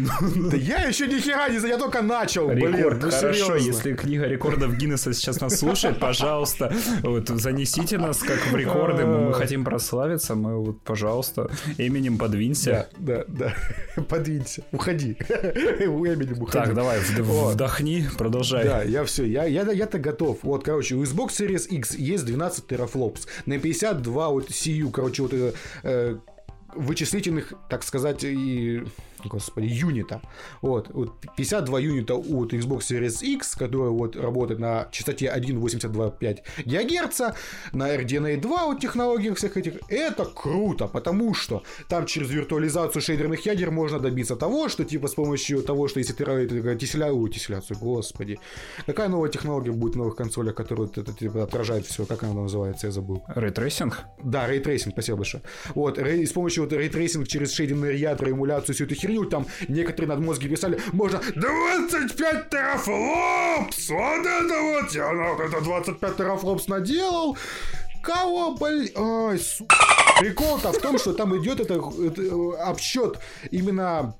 Да я еще ни хера не знаю, я только начал, блин. Рекорд, Ну, хорошо, серьезно. если книга рекордов Гиннесса сейчас нас слушает, пожалуйста, вот, занесите нас как в рекорды, мы, мы хотим прославиться, мы вот, пожалуйста, Эминем подвинься. Да, да, да, подвинься, уходи. У Эминем уходи. Так, давай, вд- вдохни, продолжай. Да, я все, я, я, я-то готов. Вот, короче, у Xbox Series X есть двенадцать терафлопс. На пятьдесят два вот си ю, короче, вот это... Э, вычислительных, так сказать, и, господи, юнита. Вот, вот пятьдесят два юнита от Xbox Series X, которая вот работает на частоте один целых восемьдесят два сотых пять гигагерца, на эр ди эн эй два вот технологиях всех этих. Это круто, потому что там через виртуализацию шейдерных ядер можно добиться того, что типа с помощью того, что если ты тесляцию, тесляцию, господи, какая новая технология будет в новых консолях, которая это, типа, отражает все, как она называется, я забыл. Рейтрейсинг? Да, рейтрейсинг, спасибо большое. Вот, рей, с помощью вот рейтрейсинг через шейдерные ядра, эмуляцию, всю эту херню, там некоторые надмозги писали, можно двадцать пять терафлопс! Вот это вот! Я вот это двадцать пять терафлопс наделал! Кого, блин? Ой, су... Прикол-то в том, что там идет это, это обсчет именно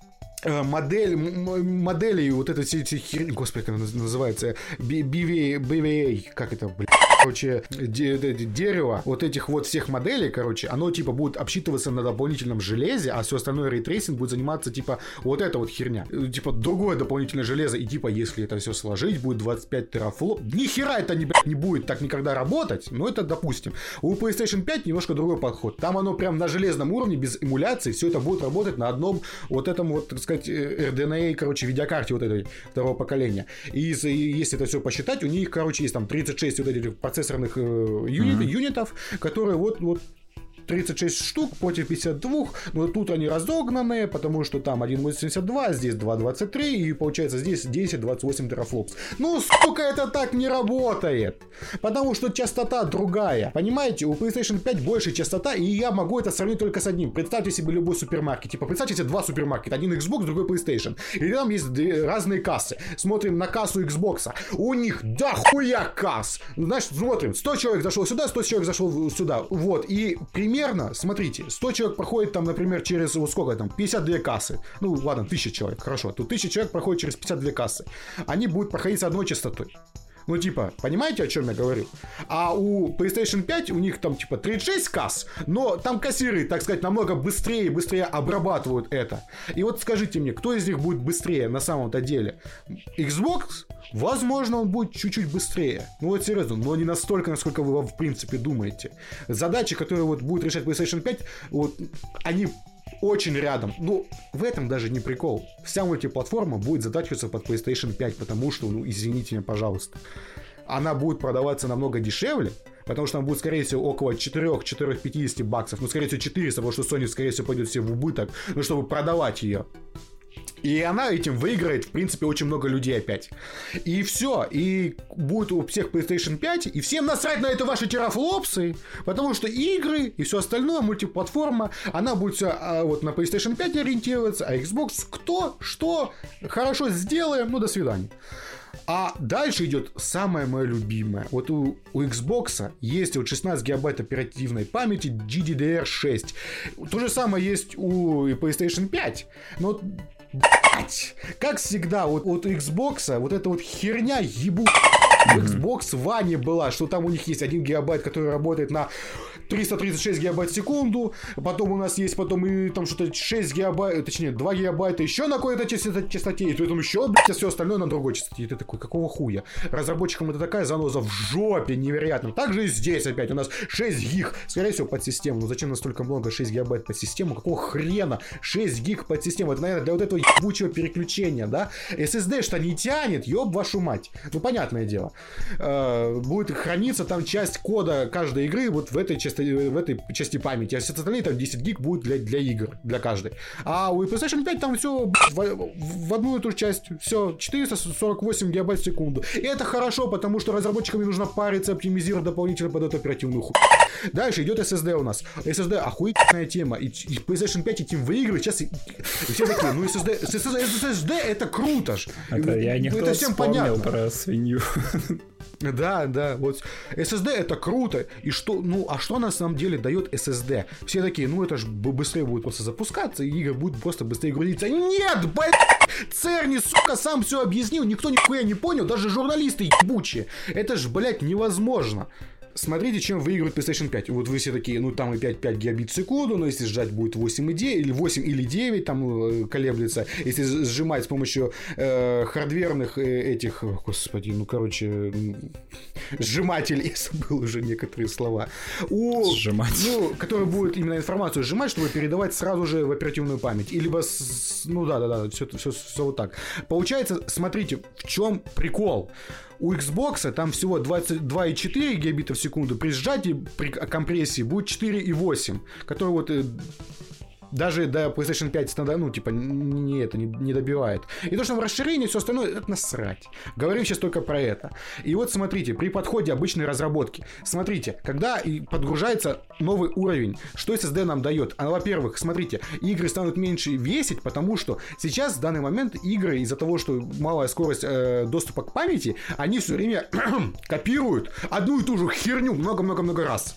модель, моделей вот этой все эти херни, господи, как она называется, би ви эй, как это, блин, короче, де, де, де, дерево вот этих вот всех моделей, короче, оно типа будет обсчитываться на дополнительном железе, а все остальное рейтрейсинг будет заниматься типа вот эта вот херня, типа другое дополнительное железо, и типа если это все сложить, будет двадцать пять терафлоп, ни хера это не, блядь, не будет так никогда работать, но это допустим. У PlayStation пять немножко другой подход, там оно прям на железном уровне, без эмуляции, все это будет работать на одном вот этом вот, так сказать, эр ди эн эй, короче, видеокарте вот этой второго поколения. И если это все посчитать, у них, короче, есть там тридцать шесть вот этих процессорных э, юнит, mm-hmm. юнитов, которые вот, вот тридцать шесть штук против пятьдесят два, но тут они разогнанные, потому что там один целых восемьдесят два, здесь два целых двадцать три, и получается здесь десять двадцать восемь терафлопс. Ну, сука, это так не работает, потому что частота другая, понимаете, у PlayStation пять больше частота, и я могу это сравнить только с одним. Представьте себе любой супермаркет, типа, представьте себе два супермаркета, один Xbox, другой PlayStation, и там есть разные кассы. Смотрим на кассу Xbox, у них дохуя касс, значит, смотрим, сто человек зашел сюда, сто человек зашел сюда, вот, и пример Примерно, смотрите, сто человек проходит там, например, через, вот сколько там, пятьдесят две кассы. Ну, ладно, тысяча человек, хорошо. Тут тысяча человек проходит через пятьдесят две кассы. Они будут проходить с одной частотой. Ну, типа, понимаете, о чем я говорю? А у PlayStation пять у них там, типа, тридцать шесть касс, но там кассиры, так сказать, намного быстрее и быстрее обрабатывают это. И вот скажите мне, кто из них будет быстрее на самом-то деле? Xbox? Возможно, он будет чуть-чуть быстрее. Ну, вот серьезно, но не настолько, насколько вы, в принципе, думаете. Задачи, которые вот будет решать PlayStation пять, вот, они очень рядом. Ну, в этом даже не прикол. Вся мультиплатформа будет затачиваться под PlayStation пять, потому что, ну, извините меня, пожалуйста, она будет продаваться намного дешевле, потому что она будет, скорее всего, около четыре пятьдесят баксов, ну, скорее всего, четыреста, потому что Sony, скорее всего, пойдет все в убыток, ну, чтобы продавать ее. И она этим выиграет, в принципе, очень много людей опять. И все. И будет у всех PlayStation пять. И всем насрать на это ваши терафлопсы. Потому что игры и все остальное, мультиплатформа, она будет все а, вот на PlayStation пять ориентироваться. А Xbox кто, что, хорошо сделаем, ну до свидания. А дальше идет самое мое любимое. Вот у, у Xbox есть вот шестнадцать гигабайт оперативной памяти ди ди ди ар шесть. То же самое есть у PlayStation пять. Но, блять, как всегда, вот, вот у Xbox вот эта вот херня ебу... В Xbox One была, что там у них есть один гигабайт, который работает на триста тридцать шесть гигабайт в секунду, потом у нас есть потом и там что-то шесть гигабайт, точнее два гигабайта еще на какой-то частоте, и потом еще, блядь, все остальное на другой частоте. И ты такой, какого хуя? Разработчикам это такая заноза в жопе невероятно. Также и здесь опять у нас шесть гиг, скорее всего, под систему. Ну зачем настолько много шесть гигабайт под систему? Какого хрена шесть гиг под систему? Это, наверное, для вот этого ебучего переключения, да? эс эс ди что не тянет, ёб вашу мать. Ну, понятное дело. Будет храниться там часть кода каждой игры вот в этой части, в этой части памяти, а все остальные там десять гиг будет для, для игр, для каждой. А у PlayStation пять там все в, в одну и ту же часть, все четыреста сорок восемь гигабайт в секунду. И это хорошо, потому что разработчикам не нужно париться, оптимизировать дополнительно под эту оперативную хуйню. Дальше идет эс эс ди у нас. эс эс ди охуительная тема. И, и PlayStation пять этим выигрывает. Сейчас и, и все такие, ну эс эс ди, эс эс ди это круто ж. Это я не это всем вспомнил понятно. Про свинью. Да, да, вот эс эс ди это круто. И что, ну, а что на самом деле дает эс эс ди? Все такие, ну это же быстрее будет просто запускаться, и игры будут просто быстрее грузиться. Нет, блядь! Церни, сука, сам все объяснил, никто нихуя не понял, даже журналисты ебучие. Это ж, блядь, невозможно. Смотрите, чем выигрывает PlayStation пять. Вот вы все такие, ну там и пять, пять гигабит в секунду, но если сжать будет восемь и девять, или восемь или девять, там колеблется. Если сжимать с помощью э, хардверных э, этих, господи, ну короче, сжимателей, я забыл уже некоторые слова. У, Сжимать. Ну, который будет именно информацию сжимать, чтобы передавать сразу же в оперативную память. И либо, с, ну да-да-да, все, все, все вот так. Получается, смотрите, в чем прикол. У Xbox там всего двадцать два и четыре гигабита в секунду, при сжатии, при компрессии будет четыре и восемь, который вот даже до PlayStation пять ну, типа, не, это, не, не добивает. И то, что там расширение, все остальное, это насрать. Говорим сейчас только про это. И вот смотрите, при подходе обычной разработки, смотрите, когда подгружается новый уровень, что эс эс ди нам дает? А, во-первых, смотрите, игры станут меньше весить, потому что сейчас, в данный момент, игры из-за того, что малая скорость э, доступа к памяти, они все время копируют одну и ту же херню много-много-много раз.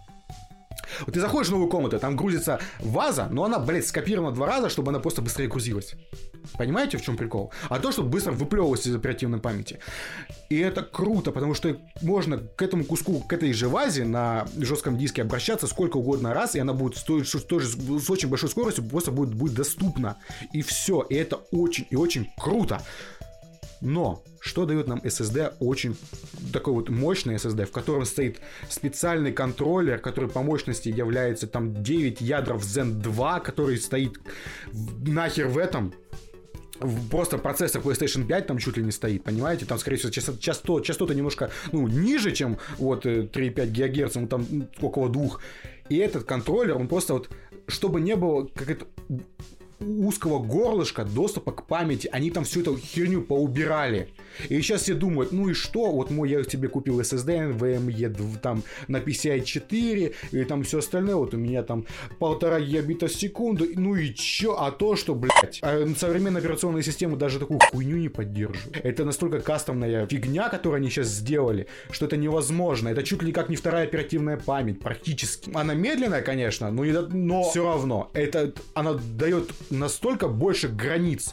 Вот ты заходишь в новую комнату, там грузится ваза, но она, блядь, скопирована два раза, чтобы она просто быстрее грузилась. Понимаете, в чем прикол? А то, чтобы быстро выплевывалось из оперативной памяти. И это круто, потому что можно к этому куску, к этой же вазе на жестком диске обращаться сколько угодно раз, и она будет стоить, тоже с очень большой скоростью, просто будет, будет доступна. И все. И это очень и очень круто. Но что дает нам эс эс ди? Очень такой вот мощный эс эс ди, в котором стоит специальный контроллер, который по мощности является там девять ядер в зен два, который стоит нахер в этом. Просто процессор PlayStation пять там чуть ли не стоит, понимаете? Там, скорее всего, частота, частота, частота немножко, ну, ниже, чем вот три и пять гигагерц, ну, там около двух. И этот контроллер, он просто вот, чтобы не было как это узкого горлышка доступа к памяти, они там всю эту херню поубирали. И сейчас все думают, ну и что, вот мой, я тебе купил эс эс ди, ви эм и там на пи си ай четыре, и там все остальное, вот у меня там полтора гигабита в секунду, ну и чё, а то, что, блядь, современные операционные системы даже такую хуйню не поддерживают. Это настолько кастомная фигня, которую они сейчас сделали, что это невозможно. Это чуть ли как не вторая оперативная память, практически. Она медленная, конечно, но, не, но все равно, это, она дает настолько больше границ.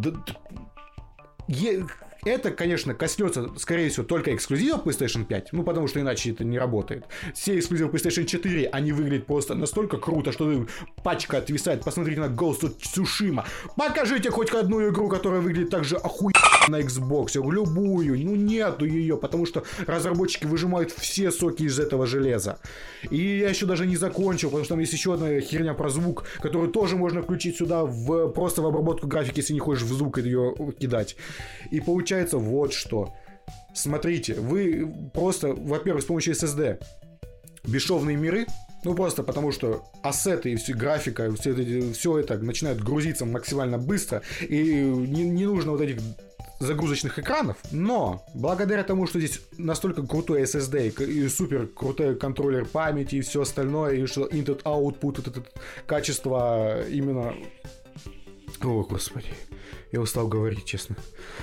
Это, конечно, коснется, скорее всего, только эксклюзивов PlayStation пять, ну, потому что иначе это не работает. Все эксклюзивы PlayStation четыре, они выглядят просто настолько круто, что пачка отвисает. Посмотрите на Ghost of Tsushima. Покажите хоть одну игру, которая выглядит так же охуенно на Xbox. Любую. Ну, нету ее, потому что разработчики выжимают все соки из этого железа. И я еще даже не закончил, потому что там есть еще одна херня про звук, которую тоже можно включить сюда в, просто в обработку графики, если не хочешь в звук ее кидать. И получается вот что. Смотрите, вы просто, во-первых, с помощью эс эс ди бесшовные миры, ну просто потому что ассеты и все, графика, все это, все это начинает грузиться максимально быстро, и не, не нужно вот этих загрузочных экранов, но благодаря тому, что здесь настолько крутой эс эс ди и супер крутой контроллер памяти и все остальное, и что input output, это, это качество именно... О, господи. Я устал говорить, честно.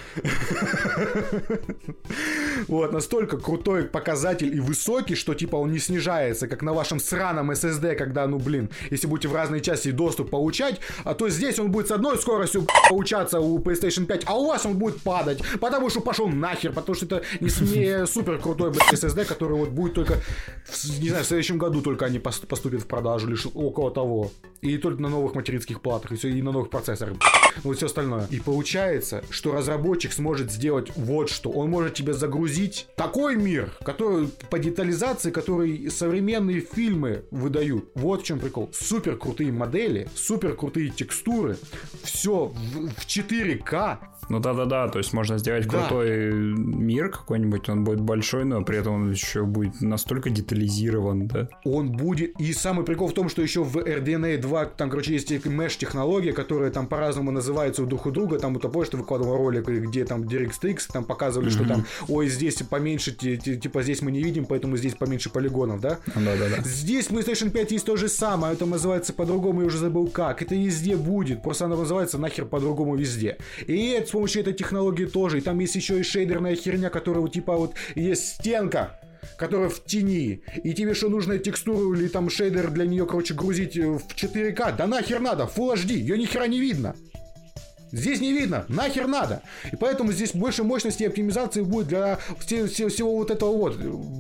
Вот, настолько крутой показатель и высокий, что типа он не снижается, как на вашем сраном эс эс ди, когда, ну блин, если будете в разные части доступ получать, а то здесь он будет с одной скоростью получаться у PlayStation пять, а у вас он будет падать, потому что пошел нахер, потому что это не, не супер крутой эс эс ди, который вот будет только, не знаю, в следующем году только они поступят в продажу, лишь около того. И только на новых материнских платах, и, все, и на новых процессорах, ну и все остальное. И получается, что разработчик сможет сделать вот что. Он может тебе загрузить такой мир, который по детализации, который современные фильмы выдают. Вот в чем прикол. Супер крутые модели, супер крутые текстуры, все в, в четыре ка. Ну да-да-да, то есть можно сделать да. крутой мир какой-нибудь, он будет большой, но при этом он еще будет настолько детализирован, да? Он будет, и самый прикол в том, что еще в эр ди эн эй два, там, короче, есть меш-технология, которая там по-разному называется друг у друга, там, вот, помнишь, ты выкладывал ролик, где там DirectX, там показывали, mm-hmm. что там, ой, здесь поменьше, типа, здесь мы не видим, поэтому здесь поменьше полигонов, да? Да-да-да. Здесь в PlayStation пять есть то же самое, это называется по-другому, я уже забыл как, это везде будет, просто оно называется нахер по-другому везде. И это с помощью этой технологии тоже. И там есть еще и шейдерная херня, которая вот типа вот есть стенка, которая в тени, и тебе что, нужно текстуру или там шейдер для нее, короче, грузить в четыре ка? Да нахер надо, Full эйч ди, ее ни хера не видно. Здесь не видно, нахер надо. И поэтому здесь больше мощности и оптимизации будет для всего, всего, всего вот этого вот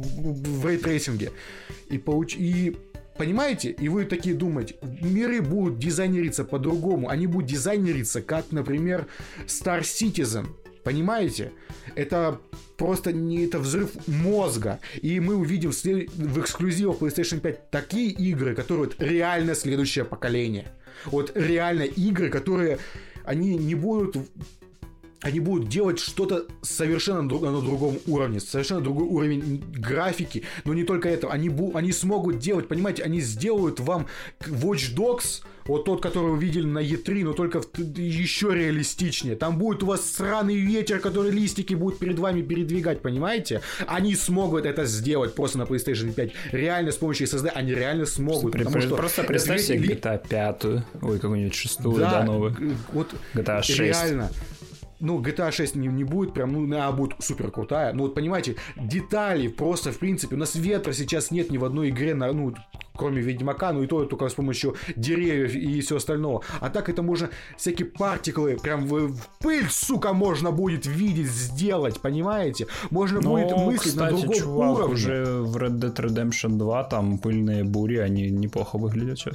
в рейтрейсинге. И, получ... и понимаете, и вы такие думаете, миры будут дизайнериться по-другому. Они будут дизайнериться, как, например, Star Citizen. Понимаете? Это просто не это взрыв мозга. И мы увидим в, след... в эксклюзивах PlayStation пять такие игры, которые вот реально следующее поколение. Вот реально игры, которые они не будут... Они будут делать что-то совершенно друг, на другом уровне, совершенно другой уровень графики, но не только это, они, бу, они смогут делать, понимаете, они сделают вам Watch Dogs, вот тот, который вы видели на и три, но только в, еще реалистичнее. Там будет у вас сраный ветер, который листики будет перед вами передвигать, понимаете? Они смогут это сделать просто на PlayStation пять. Реально с помощью эс эс ди они реально смогут. При, потому при, что просто представь себе джи ти эй пять, ой, какую-нибудь шестую, да, да новую. Вот джи ти эй шесть. Реально. Ну, джи ти эй шесть не, не будет прям, ну, она будет супер крутая. Ну, вот понимаете, детали просто, в принципе, у нас ветра сейчас нет ни в одной игре, на, ну, кроме Ведьмака, ну и то только с помощью деревьев и все остального. А так это можно всякие партиклы, прям в, в пыль, сука, можно будет видеть, сделать, понимаете? Можно Но, будет мыслить кстати, на другом чувак, уровне. Уже в Red Dead Redemption два там пыльные бури, они неплохо выглядят сейчас.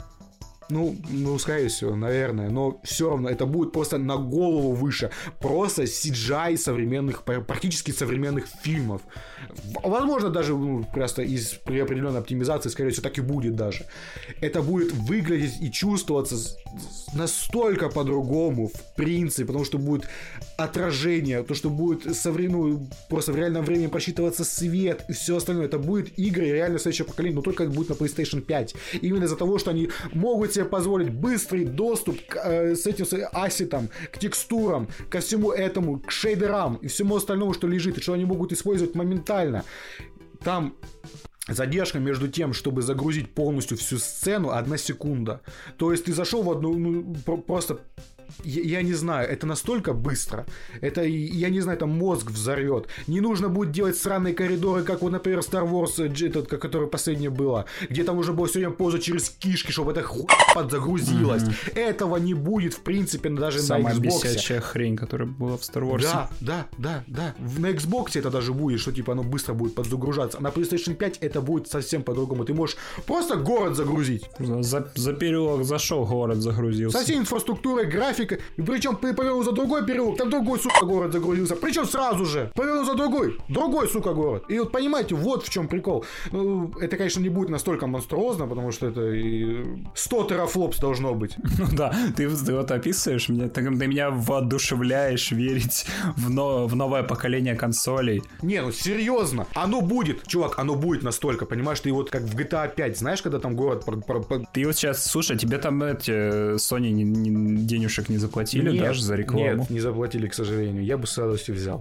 Ну, ну, скорее всего, наверное. Но все равно это будет просто на голову выше. Просто си джи ай современных, практически современных фильмов. Возможно, даже ну, просто из, при определенной оптимизации, скорее всего, так и будет даже. Это будет выглядеть и чувствоваться настолько по-другому, в принципе, потому что будет отражение, то, что будет совре... ну, просто в реальном времени просчитываться свет и все остальное. Это будет игры реально следующее поколение, но только это будет на PlayStation пять. Именно из-за того, что они могут себе позволить быстрый доступ к, э, с этим с ассетам, к текстурам, ко всему этому, к шейдерам и всему остальному, что лежит, и что они могут использовать моментально. Там задержка между тем, чтобы загрузить полностью всю сцену, одна секунда. То есть ты зашел в одну, ну, просто... Я, я не знаю, это настолько быстро. Это, я не знаю, там мозг взорвет. Не нужно будет делать сраные коридоры, как вот, например, Star Wars, этот, которое последнее было, где там уже было все время ползать через кишки, чтобы это хуй подзагрузилось. Mm-hmm. Этого не будет, в принципе, даже Самая на Xbox. Самая бесячая хрень, которая была в Star Wars. Да, да, да, да. На Xbox это даже будет, что типа оно быстро будет подзагружаться. А на PlayStation пять это будет совсем по-другому. Ты можешь просто город загрузить. За, за переулок зашел, город загрузился. Со всей инфраструктурой, графикой. И причем ты повернул за другой переулок, там другой, сука, город загрузился. Причем сразу же повернул за другой, другой, сука, город. И вот понимаете, вот в чем прикол. Ну, это, конечно, не будет настолько монструозно, потому что это и сто терафлопс должно быть. Ну да, ты, ты вот описываешь, меня, ты, ты меня воодушевляешь верить в, но, в новое поколение консолей. Не, ну серьезно, оно будет, чувак, оно будет настолько, понимаешь, ты вот как в джи ти эй пять, знаешь, когда там город... Ты вот сейчас, слушай, тебе там эти Sony не, не, денежек не заплатили, нет, даже за рекламу? Нет, не заплатили, к сожалению. Я бы с радостью взял.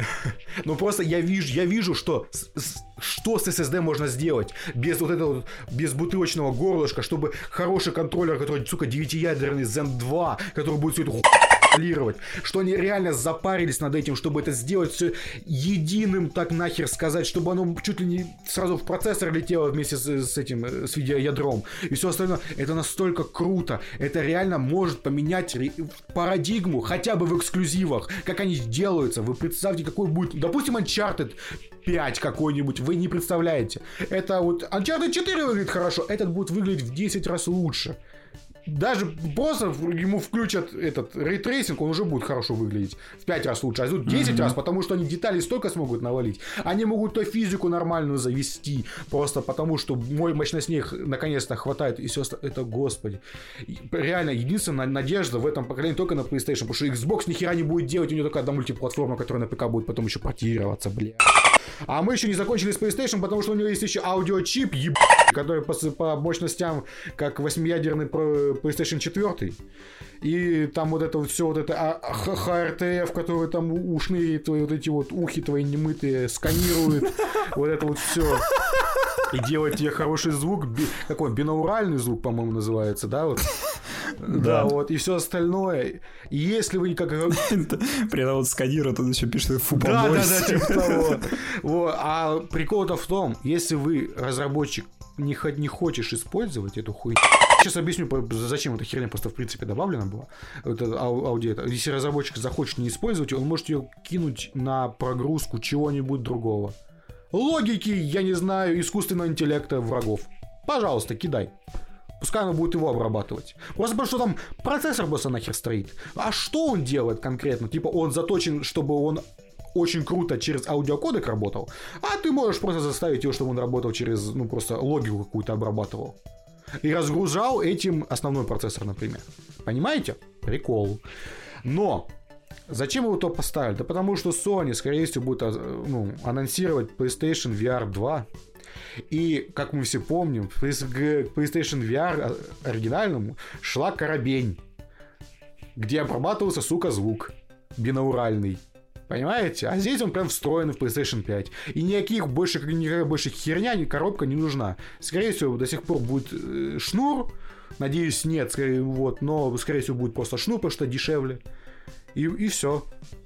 Но просто я вижу, я вижу, что что с эс эс ди можно сделать без вот этого, без бутылочного горлышка, чтобы хороший контроллер, который, сука, девятиядерный Zen два, который будет все это контролировать, что они реально запарились над этим, чтобы это сделать все единым, так нахер сказать, чтобы оно чуть ли не сразу в процессор летело вместе с, с этим, с видеоядром и все остальное. Это настолько круто. Это реально может поменять парадигму хотя бы в эксклюзивах, как они делаются. Вы представьте, какой будет, допустим, Uncharted пять какой-нибудь, вы не представляете. Это вот Uncharted четыре выглядит хорошо, этот будет выглядеть в десять раз лучше. Даже просто ему включат этот рейтрейсинг, он уже будет хорошо выглядеть в пять раз лучше, а тут десять mm-hmm. раз, потому что они детали столько смогут навалить. Они могут то физику нормальную завести, просто потому что мой мощностей наконец-то хватает, и все это, господи. Реально, единственная надежда в этом поколении только на PlayStation, потому что Xbox ни хера не будет делать, у нее только одна мультиплатформа, которая на ПК будет потом еще портироваться, бля. А мы еще не закончили с PlayStation, потому что у него есть еще аудиочип, еб... который по, по мощностям как восьмиядерный PlayStation четыре. И там вот это вот все, вот это эйч ар ти эф, который там ушные твои, вот эти вот ухи твои немытые сканирует. Вот это вот все. И делает тебе хороший звук. Какой? Бинауральный звук, по-моему, называется, да? Вот. Да, вот, и все остальное. И если вы как... При этом вот сканирует, он еще пишет, фу, Да, да, помойся. да, типа того. Вот. А прикол-то в том, если вы, разработчик, не, хо- не хочешь использовать эту хуйню. Сейчас объясню, по- зачем эта херня просто в принципе добавлена была. Это ау- аудио. это. Если разработчик захочет не использовать, он может ее кинуть на прогрузку чего-нибудь другого. Логики, я не знаю, искусственного интеллекта врагов. Пожалуйста, кидай. Пускай она будет его обрабатывать. Просто потому что там процессор просто нахер стоит. А что он делает конкретно? Типа он заточен, чтобы он очень круто через аудиокодек работал, а ты можешь просто заставить его, чтобы он работал через, ну, просто логику какую-то обрабатывал. И разгружал этим основной процессор, например. Понимаете? Прикол. Но зачем его то поставили? Да потому что Sony, скорее всего, будет, ну, анонсировать PlayStation ви ар два. И, как мы все помним, к PlayStation ви ар оригинальному шла Коробень, где обрабатывался, сука, звук бинауральный. Понимаете? А здесь он прям встроен в PlayStation пять. И никаких больше, никакая больше херня, ни коробка не нужна. Скорее всего, до сих пор будет э, шнур. Надеюсь, нет, скорее, вот, но, скорее всего, будет просто шнур, потому что дешевле. И, и все.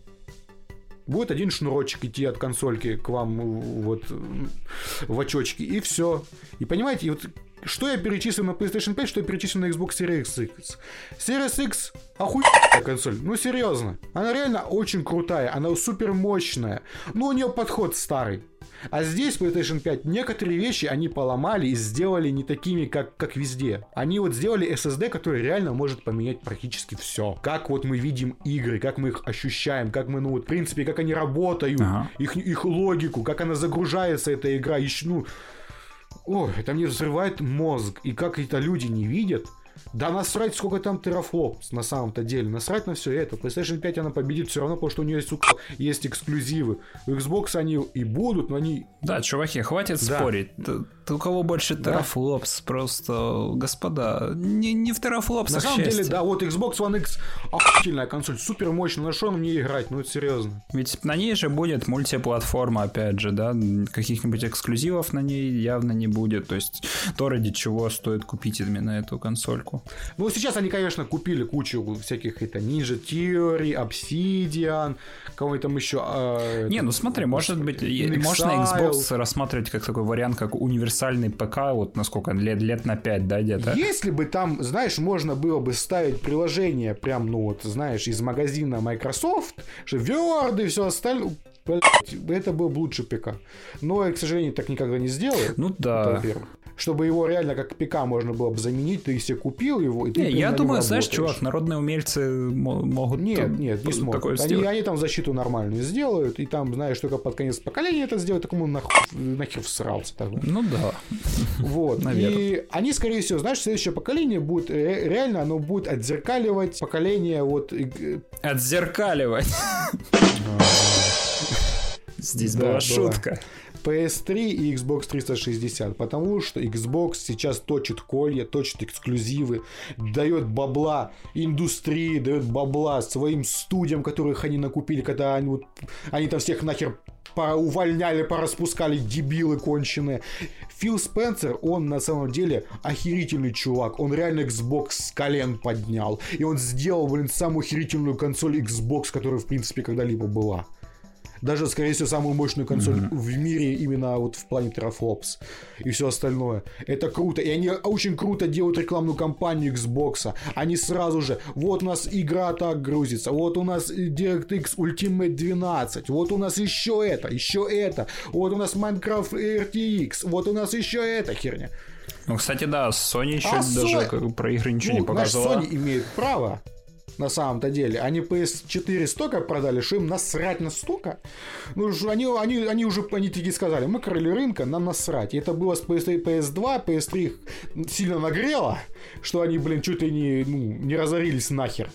Будет один шнурочек идти от консольки к вам вот в очочки, и все. И понимаете, и вот что я перечислил на PlayStation пять, что я перечислил на Xbox Series X. Series X охуенная консоль. Ну, серьезно. Она реально очень крутая. Она супер мощная. Но у нее подход старый. А здесь PlayStation пять некоторые вещи они поломали и сделали не такими, как, как везде. Они вот сделали эс эс ди, который реально может поменять практически все. Как вот мы видим игры, как мы их ощущаем, как мы, ну вот, в принципе, как они работают, ага. их, их логику, как она загружается, эта игра. Еще, ну... Ой, это мне взрывает мозг. И как это люди не видят. Да насрать, сколько там терафлопс на самом-то деле. Насрать на все это. PlayStation пять она победит все равно, потому что у нее, сука, есть эксклюзивы. У Xbox они и будут, но они... Да, чуваки, хватит да. спорить. У кого больше терафлопс, да. просто, господа, не, не в терафлопсах. На самом счастье. деле, да, вот Xbox One X охуительная консоль, супер мощная. На что на ней играть? Ну это серьезно. Ведь на ней же будет мультиплатформа, опять же, да, каких-нибудь эксклюзивов на ней явно не будет. То есть то, ради чего стоит купить именно эту консольку. Ну, сейчас они, конечно, купили кучу всяких, это, Ninja Theory, Obsidian, кого-нибудь там еще... Э, не, ну смотри, может быть, Exile. Можно Xbox рассматривать как такой вариант, как универсальный ПК, вот насколько, лет, лет на пять, да, где-то? Если бы там, знаешь, можно было бы ставить приложение прям, ну вот, знаешь, из магазина Microsoft, что Word и все остальное... Это был бы лучше ПК. Но, к сожалению, так никогда не сделают. Ну да. Чтобы его реально как ПК можно было бы заменить, ты себе купил его, и ты не, я думаю, знаешь, чувак, народные умельцы могут... Нет, нет, не смогут. Они, они там защиту нормальную сделают, и там, знаешь, только под конец поколения это сделают, так ему нахуй, нахер всрался тогда. Ну да. Вот. И они, скорее всего, знаешь, следующее поколение будет, реально оно будет отзеркаливать поколение вот... Отзеркаливать. Здесь была шутка. пи эс три и Xbox триста шестьдесят, потому что Xbox сейчас точит колья, точит эксклюзивы, дает бабла индустрии, дает бабла своим студиям, которых они накупили, когда они, вот, они там всех нахер увольняли, пораспускали, дебилы конченые. Фил Спенсер, он на самом деле охерительный чувак, он реально Xbox с колен поднял, и он сделал, блин, самую охерительную консоль Xbox, которая в принципе когда-либо была. Даже, скорее всего, самую мощную консоль mm-hmm. в мире именно вот в плане терафлопс и все остальное. Это круто. И они очень круто делают рекламную кампанию Xbox. Они сразу же, вот у нас игра так грузится, вот у нас DirectX Ultimate двенадцать, вот у нас еще это, еще это, вот у нас Minecraft эр ти икс, вот у нас еще эта херня. Ну, кстати, да, Sony еще а даже Sony... про игры ничего ну, не показывала. Sony имеет право. На самом-то деле. Они пи эс четыре столько продали, что им насрать на столько. Ну, они, они, они уже они такие сказали, мы короли рынка, нам насрать. И это было с пи эс два, пи эс три сильно нагрело, что они, блин, чуть ли не, ну, не разорились нахер.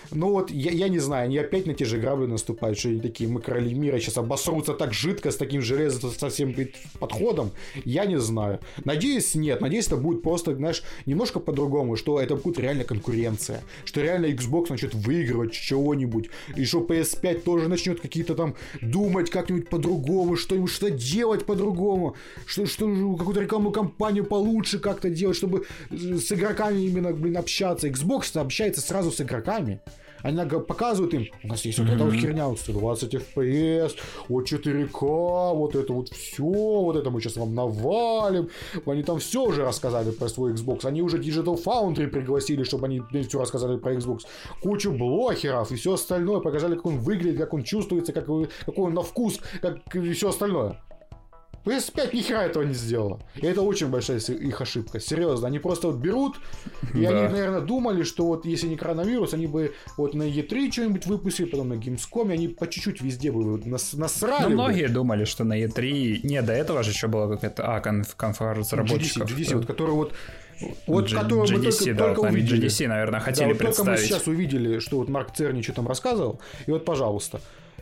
Ну вот, я, я не знаю, они опять на те же грабли наступают, что они такие, мы короли мира, сейчас обосрутся так жидко, с таким железом, со всем подходом. Я не знаю. Надеюсь, нет. Надеюсь, это будет просто, знаешь, немножко по-другому, что это будет реально конкуренция. Что реально Xbox начнет выигрывать чего-нибудь. И что пи эс пять тоже начнет какие-то там думать как-нибудь по-другому, что-нибудь что делать по-другому. Что, что какую-то рекламную кампанию получше как-то делать, чтобы с игроками именно, блин, общаться. Xbox общается сразу с игроками. Они показывают им, у нас есть mm-hmm. вот эта вот херня, вот сто двадцать эф пи эс, вот четыре ка, вот это вот все, вот это мы сейчас вам навалим. Они там все уже рассказали про свой Xbox. Они уже Digital Foundry пригласили, чтобы они все рассказали про Xbox. Кучу блогеров и все остальное. Показали, как он выглядит, как он чувствуется, как, какой он на вкус, как и все остальное. пи эс пять ни хера этого не сделала. И это очень большая их ошибка. Серьезно. Они просто вот берут, и да. они, наверное, думали, что вот если не коронавирус, они бы вот на и три что-нибудь выпустили, потом на Gamescom, они по чуть-чуть везде бы нас, насрали. Ну, многие бы. думали, что на и три... Не, до этого же еще была какая-то... А, конф, конфа разработчиков. джи ди си, джи ди си, вот, который вот... Вот, G- который мы только, да, только вот увидели. джи ди си, наверное, хотели да, вот представить. Только мы сейчас увидели, что вот Марк Церни что там рассказывал, и вот, пожалуйста.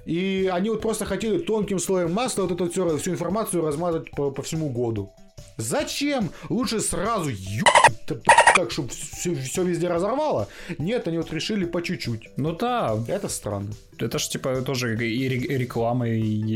И они вот просто хотели тонким слоем масла вот эту всю, всю информацию размазать по, по всему году. Зачем? Лучше сразу ебать так, чтобы все, все везде разорвало. Нет, они вот решили по чуть-чуть. Ну да. Это странно. Это ж типа тоже и реклама,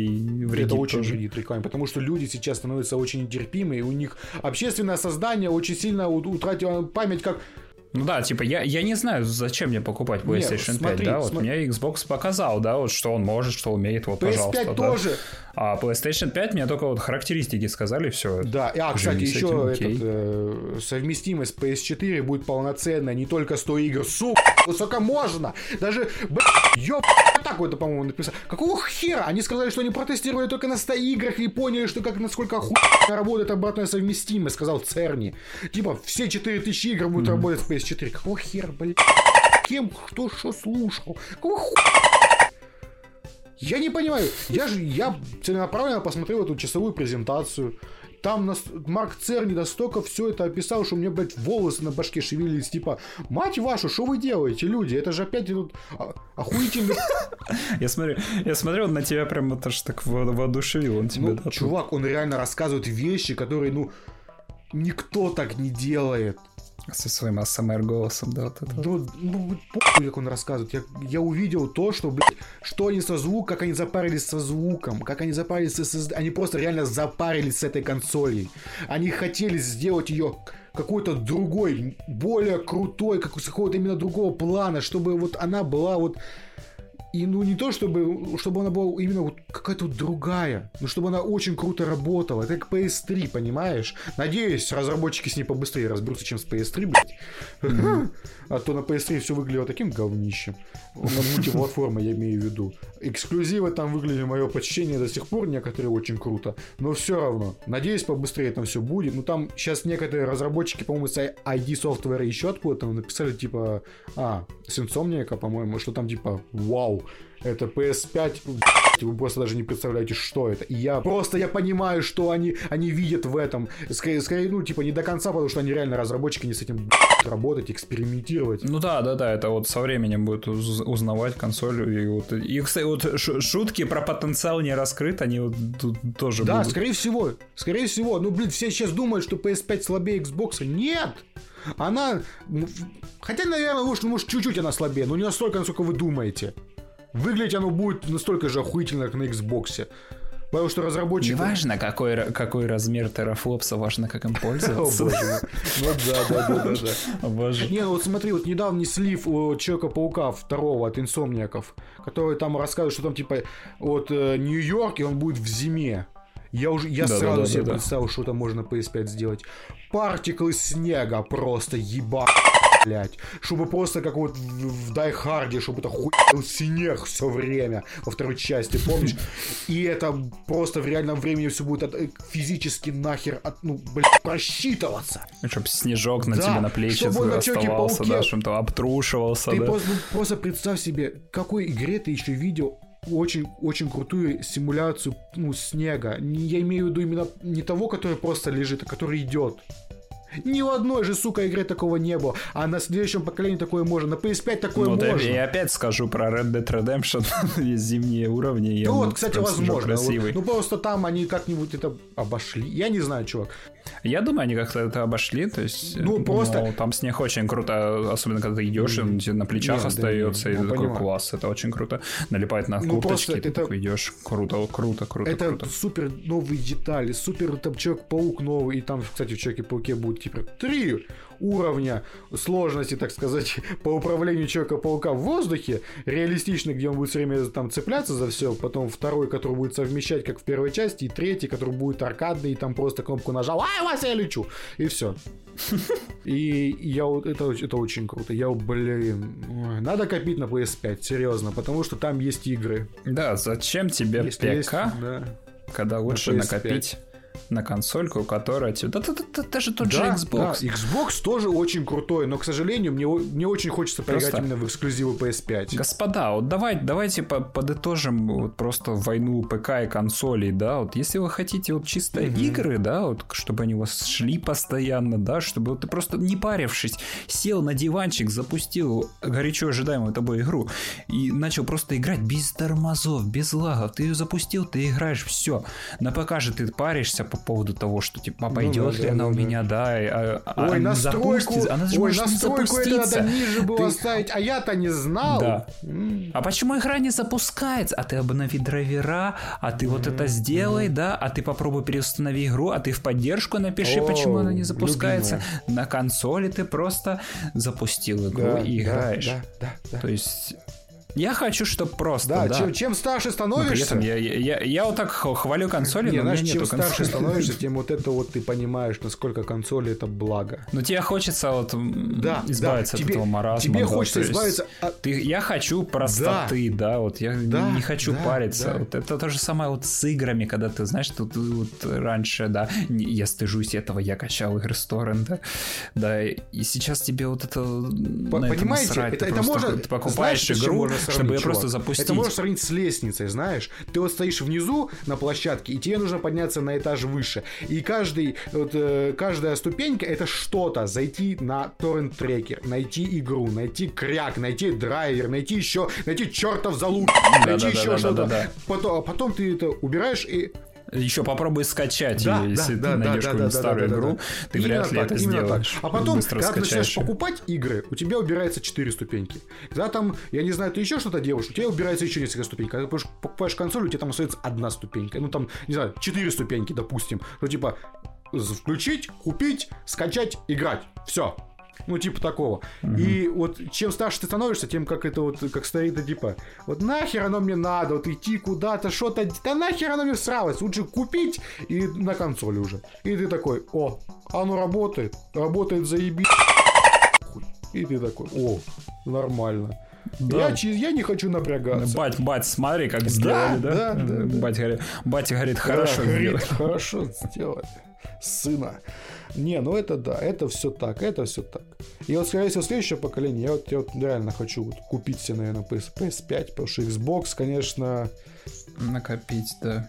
и вредит. Это очень тоже. вредит рекламе, потому что люди сейчас становятся очень нетерпимы, и у них общественное создание очень сильно утратило память, как... Ну да, типа, я, я не знаю, зачем мне покупать PlayStation Нет, смотри, пять, да, вот смотри. Мне Xbox показал, да, вот что он может, что умеет, вот, пи эс пять пожалуйста. тоже. Да. А PlayStation пять мне только вот характеристики сказали, все. Да, а, кстати, еще этот, э, совместимость пи эс четыре будет полноценная, не только сто игр, сука, сколько можно, даже, б***, ёб, так это, по-моему, написал. Какого хера? Они сказали, что они протестировали только на ста играх и поняли, что как, насколько охуенно работает обратная совместимость, сказал Церни. Типа, все четыре тысячи игр будут mm-hmm. работать в пи эс четыре. Какого хера, блядь? Кем, кто, что слушал? Какого хуя? Я не понимаю. Я же, я целенаправленно посмотрел эту часовую презентацию. Там нас, Марк Церни настолько все это описал, что мне, блядь, волосы на башке шевелились. Типа, мать вашу, что вы делаете, люди? Это же опять идут охуительно. Я смотрю, я смотрю, он на тебя прям это ж так воодушевил. Он тебя, ну, да, чувак, он реально рассказывает вещи, которые, ну, никто так не делает. Со своим эй эс эм ар-голосом, да, вот это. Ну, ну похуй, как он рассказывает. Я, я увидел то, что, блядь, что они со звуком, как они запарились со звуком, как они запарились со... со... Они просто реально запарились с этой консолью. Они хотели сделать ее какой-то другой, более крутой, как, с какого-то именно другого плана, чтобы вот она была вот... И ну не то, чтобы, чтобы она была именно вот какая-то вот другая, но чтобы она очень круто работала. Это как пи эс три, понимаешь? Надеюсь, разработчики с ней побыстрее разберутся, чем с пи эс три, блядь. Mm-hmm. А то на пи эс три все выглядело таким говнищем. На мультиплатформе я имею в виду. Эксклюзивы там выглядели, мое почтение, до сих пор некоторые очень круто. Но все равно. Надеюсь, побыстрее там все будет. Ну там сейчас некоторые разработчики, по-моему, с ай ди Software еще откуда-то написали типа... А, с Insomniac, по-моему, что там типа... Вау, это пи эс пять... Вы просто даже не представляете, что это. И я просто я понимаю, что они, они видят в этом. Скорее, скорее, ну, типа, не до конца, потому что они реально разработчики, не с этим работать, экспериментировать. Ну да, да, да, это вот со временем будет узнавать консоль. И, вот, и кстати, вот шутки про потенциал не раскрыт, они вот тут тоже да, будут. Да, скорее всего. Скорее всего. Ну, блин, все сейчас думают, что пи эс пять слабее Xbox. Нет! Она... Хотя, наверное, может, может, чуть-чуть она слабее, но не настолько, насколько вы думаете. Выглядеть оно будет настолько же охуительно, как на Xbox. Потому что разработчики... Не важно, какой, какой размер терафлопса, важно, как им пользоваться. О, боже. Ну да, да, да, да, да. Боже. Не, ну вот смотри, вот недавний слив у Человека-паука второго от Инсомниаков, который там рассказывает, что там типа вот Нью-Йорк, и он будет в зиме. Я уже, я да, сразу да, да, себе да, представил, да. что там можно пи эс пять сделать. Партиклы снега просто ебать. Блять, чтобы просто как вот в, в Die Hard, чтобы это хуй снег все время во второй части, помнишь? И это просто в реальном времени все будет от, физически нахер от, ну, блядь, просчитываться. Чтобы снежок на да, тебе на плечи оставался, да, чтобы обтрушивался. Ты да. просто, ну, просто представь себе, в какой игре ты еще видел очень, очень крутую симуляцию, ну, снега. Я имею в виду именно не того, который просто лежит, а который идет. Ни в одной же, сука, игре такого не было. А на следующем поколении такое можно. На пи эс пять такое ну, можно. Я опять скажу про Red Dead Redemption. Есть зимние уровни. Ну вот, кстати, возможно. Вот, ну просто там они как-нибудь это обошли. Я не знаю, чувак. Я думаю, они как-то это обошли. То есть, ну, просто... ну, там снег очень круто. Особенно, когда ты идешь, он на плечах Нет, остается. Да, и ну, такой понимаю. Класс. Это очень круто. Налипает на ну, курточки. Ты это... такой идешь. Круто, круто, круто. Это круто. супер новые детали. Супер там Человек-паук новый. И там, кстати, в Человеке-пауке будет типа три уровня сложности, так сказать, по управлению Человека-паука в воздухе, реалистичный, где он будет все время там цепляться за все, потом второй, который будет совмещать, как в первой части, и третий, который будет аркадный, и там просто кнопку нажал, ай, Вася, я лечу, и все. И я вот это, это очень круто. Я, блин, надо копить на пи эс пять, серьезно, потому что там есть игры. Да, зачем тебе ПК, да. когда лучше на накопить на консольку, которая... Да, да, да, даже тот да, же Xbox. Да, Xbox тоже очень крутой, но, к сожалению, мне, мне очень хочется поиграть просто... именно в эксклюзивы пи эс пять. Господа, вот давай, давайте подытожим вот просто войну ПК и консолей, да, вот если вы хотите вот чисто mm-hmm. игры, да, вот чтобы они у вас шли постоянно, да, чтобы вот ты просто не парившись, сел на диванчик, запустил горячо ожидаемую тобой игру и начал просто играть без тормозов, без лагов, ты ее запустил, ты играешь, все. На ПК же ты паришься по поводу того, что типа пойдет ну, да, ли да, она да, у да. меня, да, а, ой, а настройку, она же ой, настройку это надо ниже было ты... ставить, а я-то не знал. Да. Mm. А почему игра не запускается? А ты обнови драйвера, а ты mm. вот это сделай, mm. да, а ты попробуй переустанови игру, а ты в поддержку напиши, oh, почему она не запускается. Любимая. На консоли ты просто запустил игру да, и играешь. Да, да, да, да. То есть... Я хочу, чтобы просто, да. да. Чем, чем старше становишься... Я, я, я вот так хвалю консоли, не, но знаешь, у меня чем нету старше консоли. становишься, тем вот это вот ты понимаешь, насколько консоли это благо. Но тебе хочется вот да, избавиться да. от тебе, этого маразма. Тебе да, хочется избавиться от... Ты, я хочу простоты, да, да вот я да, не хочу да, париться. Да. Вот это то же самое вот с играми, когда ты, знаешь, тут вот раньше, да, я стыжусь этого, я качал игры с торрента, да, и сейчас тебе вот это... Понимаете, это, это можно... Ты покупаешь знаешь, игру, чтобы ее просто запустить. Это можно сравнить с лестницей, знаешь. Ты вот стоишь внизу на площадке, и тебе нужно подняться на этаж выше. И каждый, вот, э, каждая ступенька — это что-то. Зайти на торрент-трекер, найти игру, найти кряк, найти драйвер, найти еще, найти чертов залуп, найти да, еще да, что-то. Да, да, да. Потом, а потом ты это убираешь и... Еще попробуй скачать да, ее, если да, ты да, найдешь да, какую-нибудь да, старую да, да, игру, да. ты именно вряд ли так, это сделаешь. Так. А потом, быстро когда ты начинаешь ее. покупать игры, у тебя убирается четыре ступеньки. Когда там, я не знаю, ты еще что-то делаешь, у тебя убирается еще несколько ступенек. Когда ты покупаешь консоль, у тебя там остается одна ступенька. Ну там, не знаю, четыре ступеньки, допустим. Ну типа, включить, купить, скачать, играть. Все. Ну, типа такого. Uh-huh. И вот чем старше ты становишься, тем как это вот, как стоит, это типа, вот нахер оно мне надо, вот идти куда-то, что-то, да нахер оно мне всралось, лучше купить и на консоли уже. И ты такой, о, оно работает, работает заебись. И ты такой, о, нормально. Да. Я, я не хочу напрягаться. Бать, бать, смотри, как сделали, да? Да, да, да. Батя говорит, батя говорит, хорошо да, сделали. Хорошо сделали. Сына. Не, ну это да, это все так, это все так. И вот, скорее всего, следующее поколение, я вот, я вот реально хочу вот купить себе, наверное, пи эс пять, потому что Xbox, конечно... Накопить, да.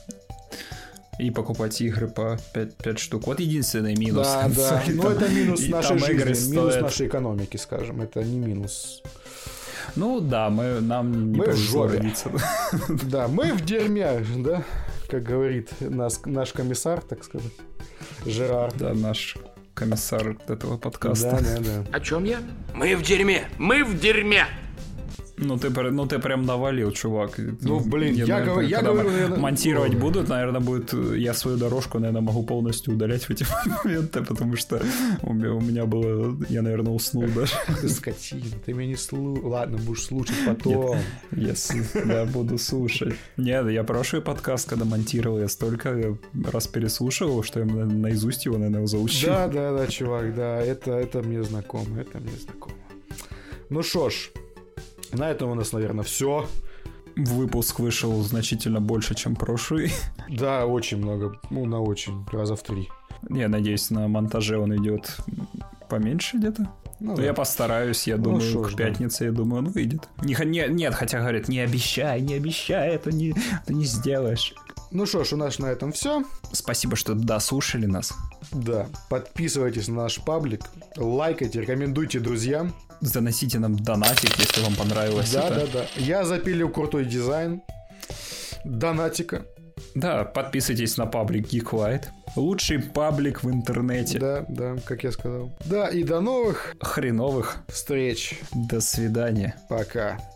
И покупать игры по пять, пять штук. Вот единственный минус. Да, да, но это минус нашей жизни, минус нашей экономики, скажем, это не минус. Ну да, мы, нам не мы повезло родиться. Да, мы в дерьме, да, как говорит нас, наш комиссар, так сказать, Жерар. Да, наш комиссар этого подкаста. Да, да, да. О чем я? Мы в дерьме, мы в дерьме. Ну ты, ну ты прям навалил, чувак. Ну блин, я, я, наверное, говорю, я говорю, наверное... монтировать будут, наверное, будет. Я свою дорожку, наверное, могу полностью удалять в эти моменты, потому что у меня, у меня было, я, наверное, уснул даже. Ты скотина, ты меня не слушаешь. Ладно, будешь слушать потом. Если я буду слушать. Нет, я прошлый подкаст, когда монтировал, я столько раз переслушивал, что я наизусть его, наверное, заучил. Да, да, да, чувак, да, это, это мне знакомо, это мне знакомо. Ну шо ж. На этом у нас, наверное, все. Выпуск вышел значительно больше, чем прошлый. Да, очень много. Ну, на очень. Раза в три. Я надеюсь, на монтаже он идет поменьше где-то. Ну, да. Я постараюсь, я думаю, ну, к пятнице, да. Я думаю, он выйдет. Не, не, нет, хотя говорят, не обещай, не обещай, это не, это не сделаешь. Ну что ж, у нас на этом все. Спасибо, что дослушали нас. Да, подписывайтесь на наш паблик, лайкайте, рекомендуйте друзьям. Заносите нам донатик, если вам понравилось да, это. Да, да, да. Я запилил крутой дизайн донатика. Да, подписывайтесь на паблик Geeklight. Лучший паблик в интернете. Да, да, как я сказал. Да, и до новых хреновых встреч. До свидания. Пока.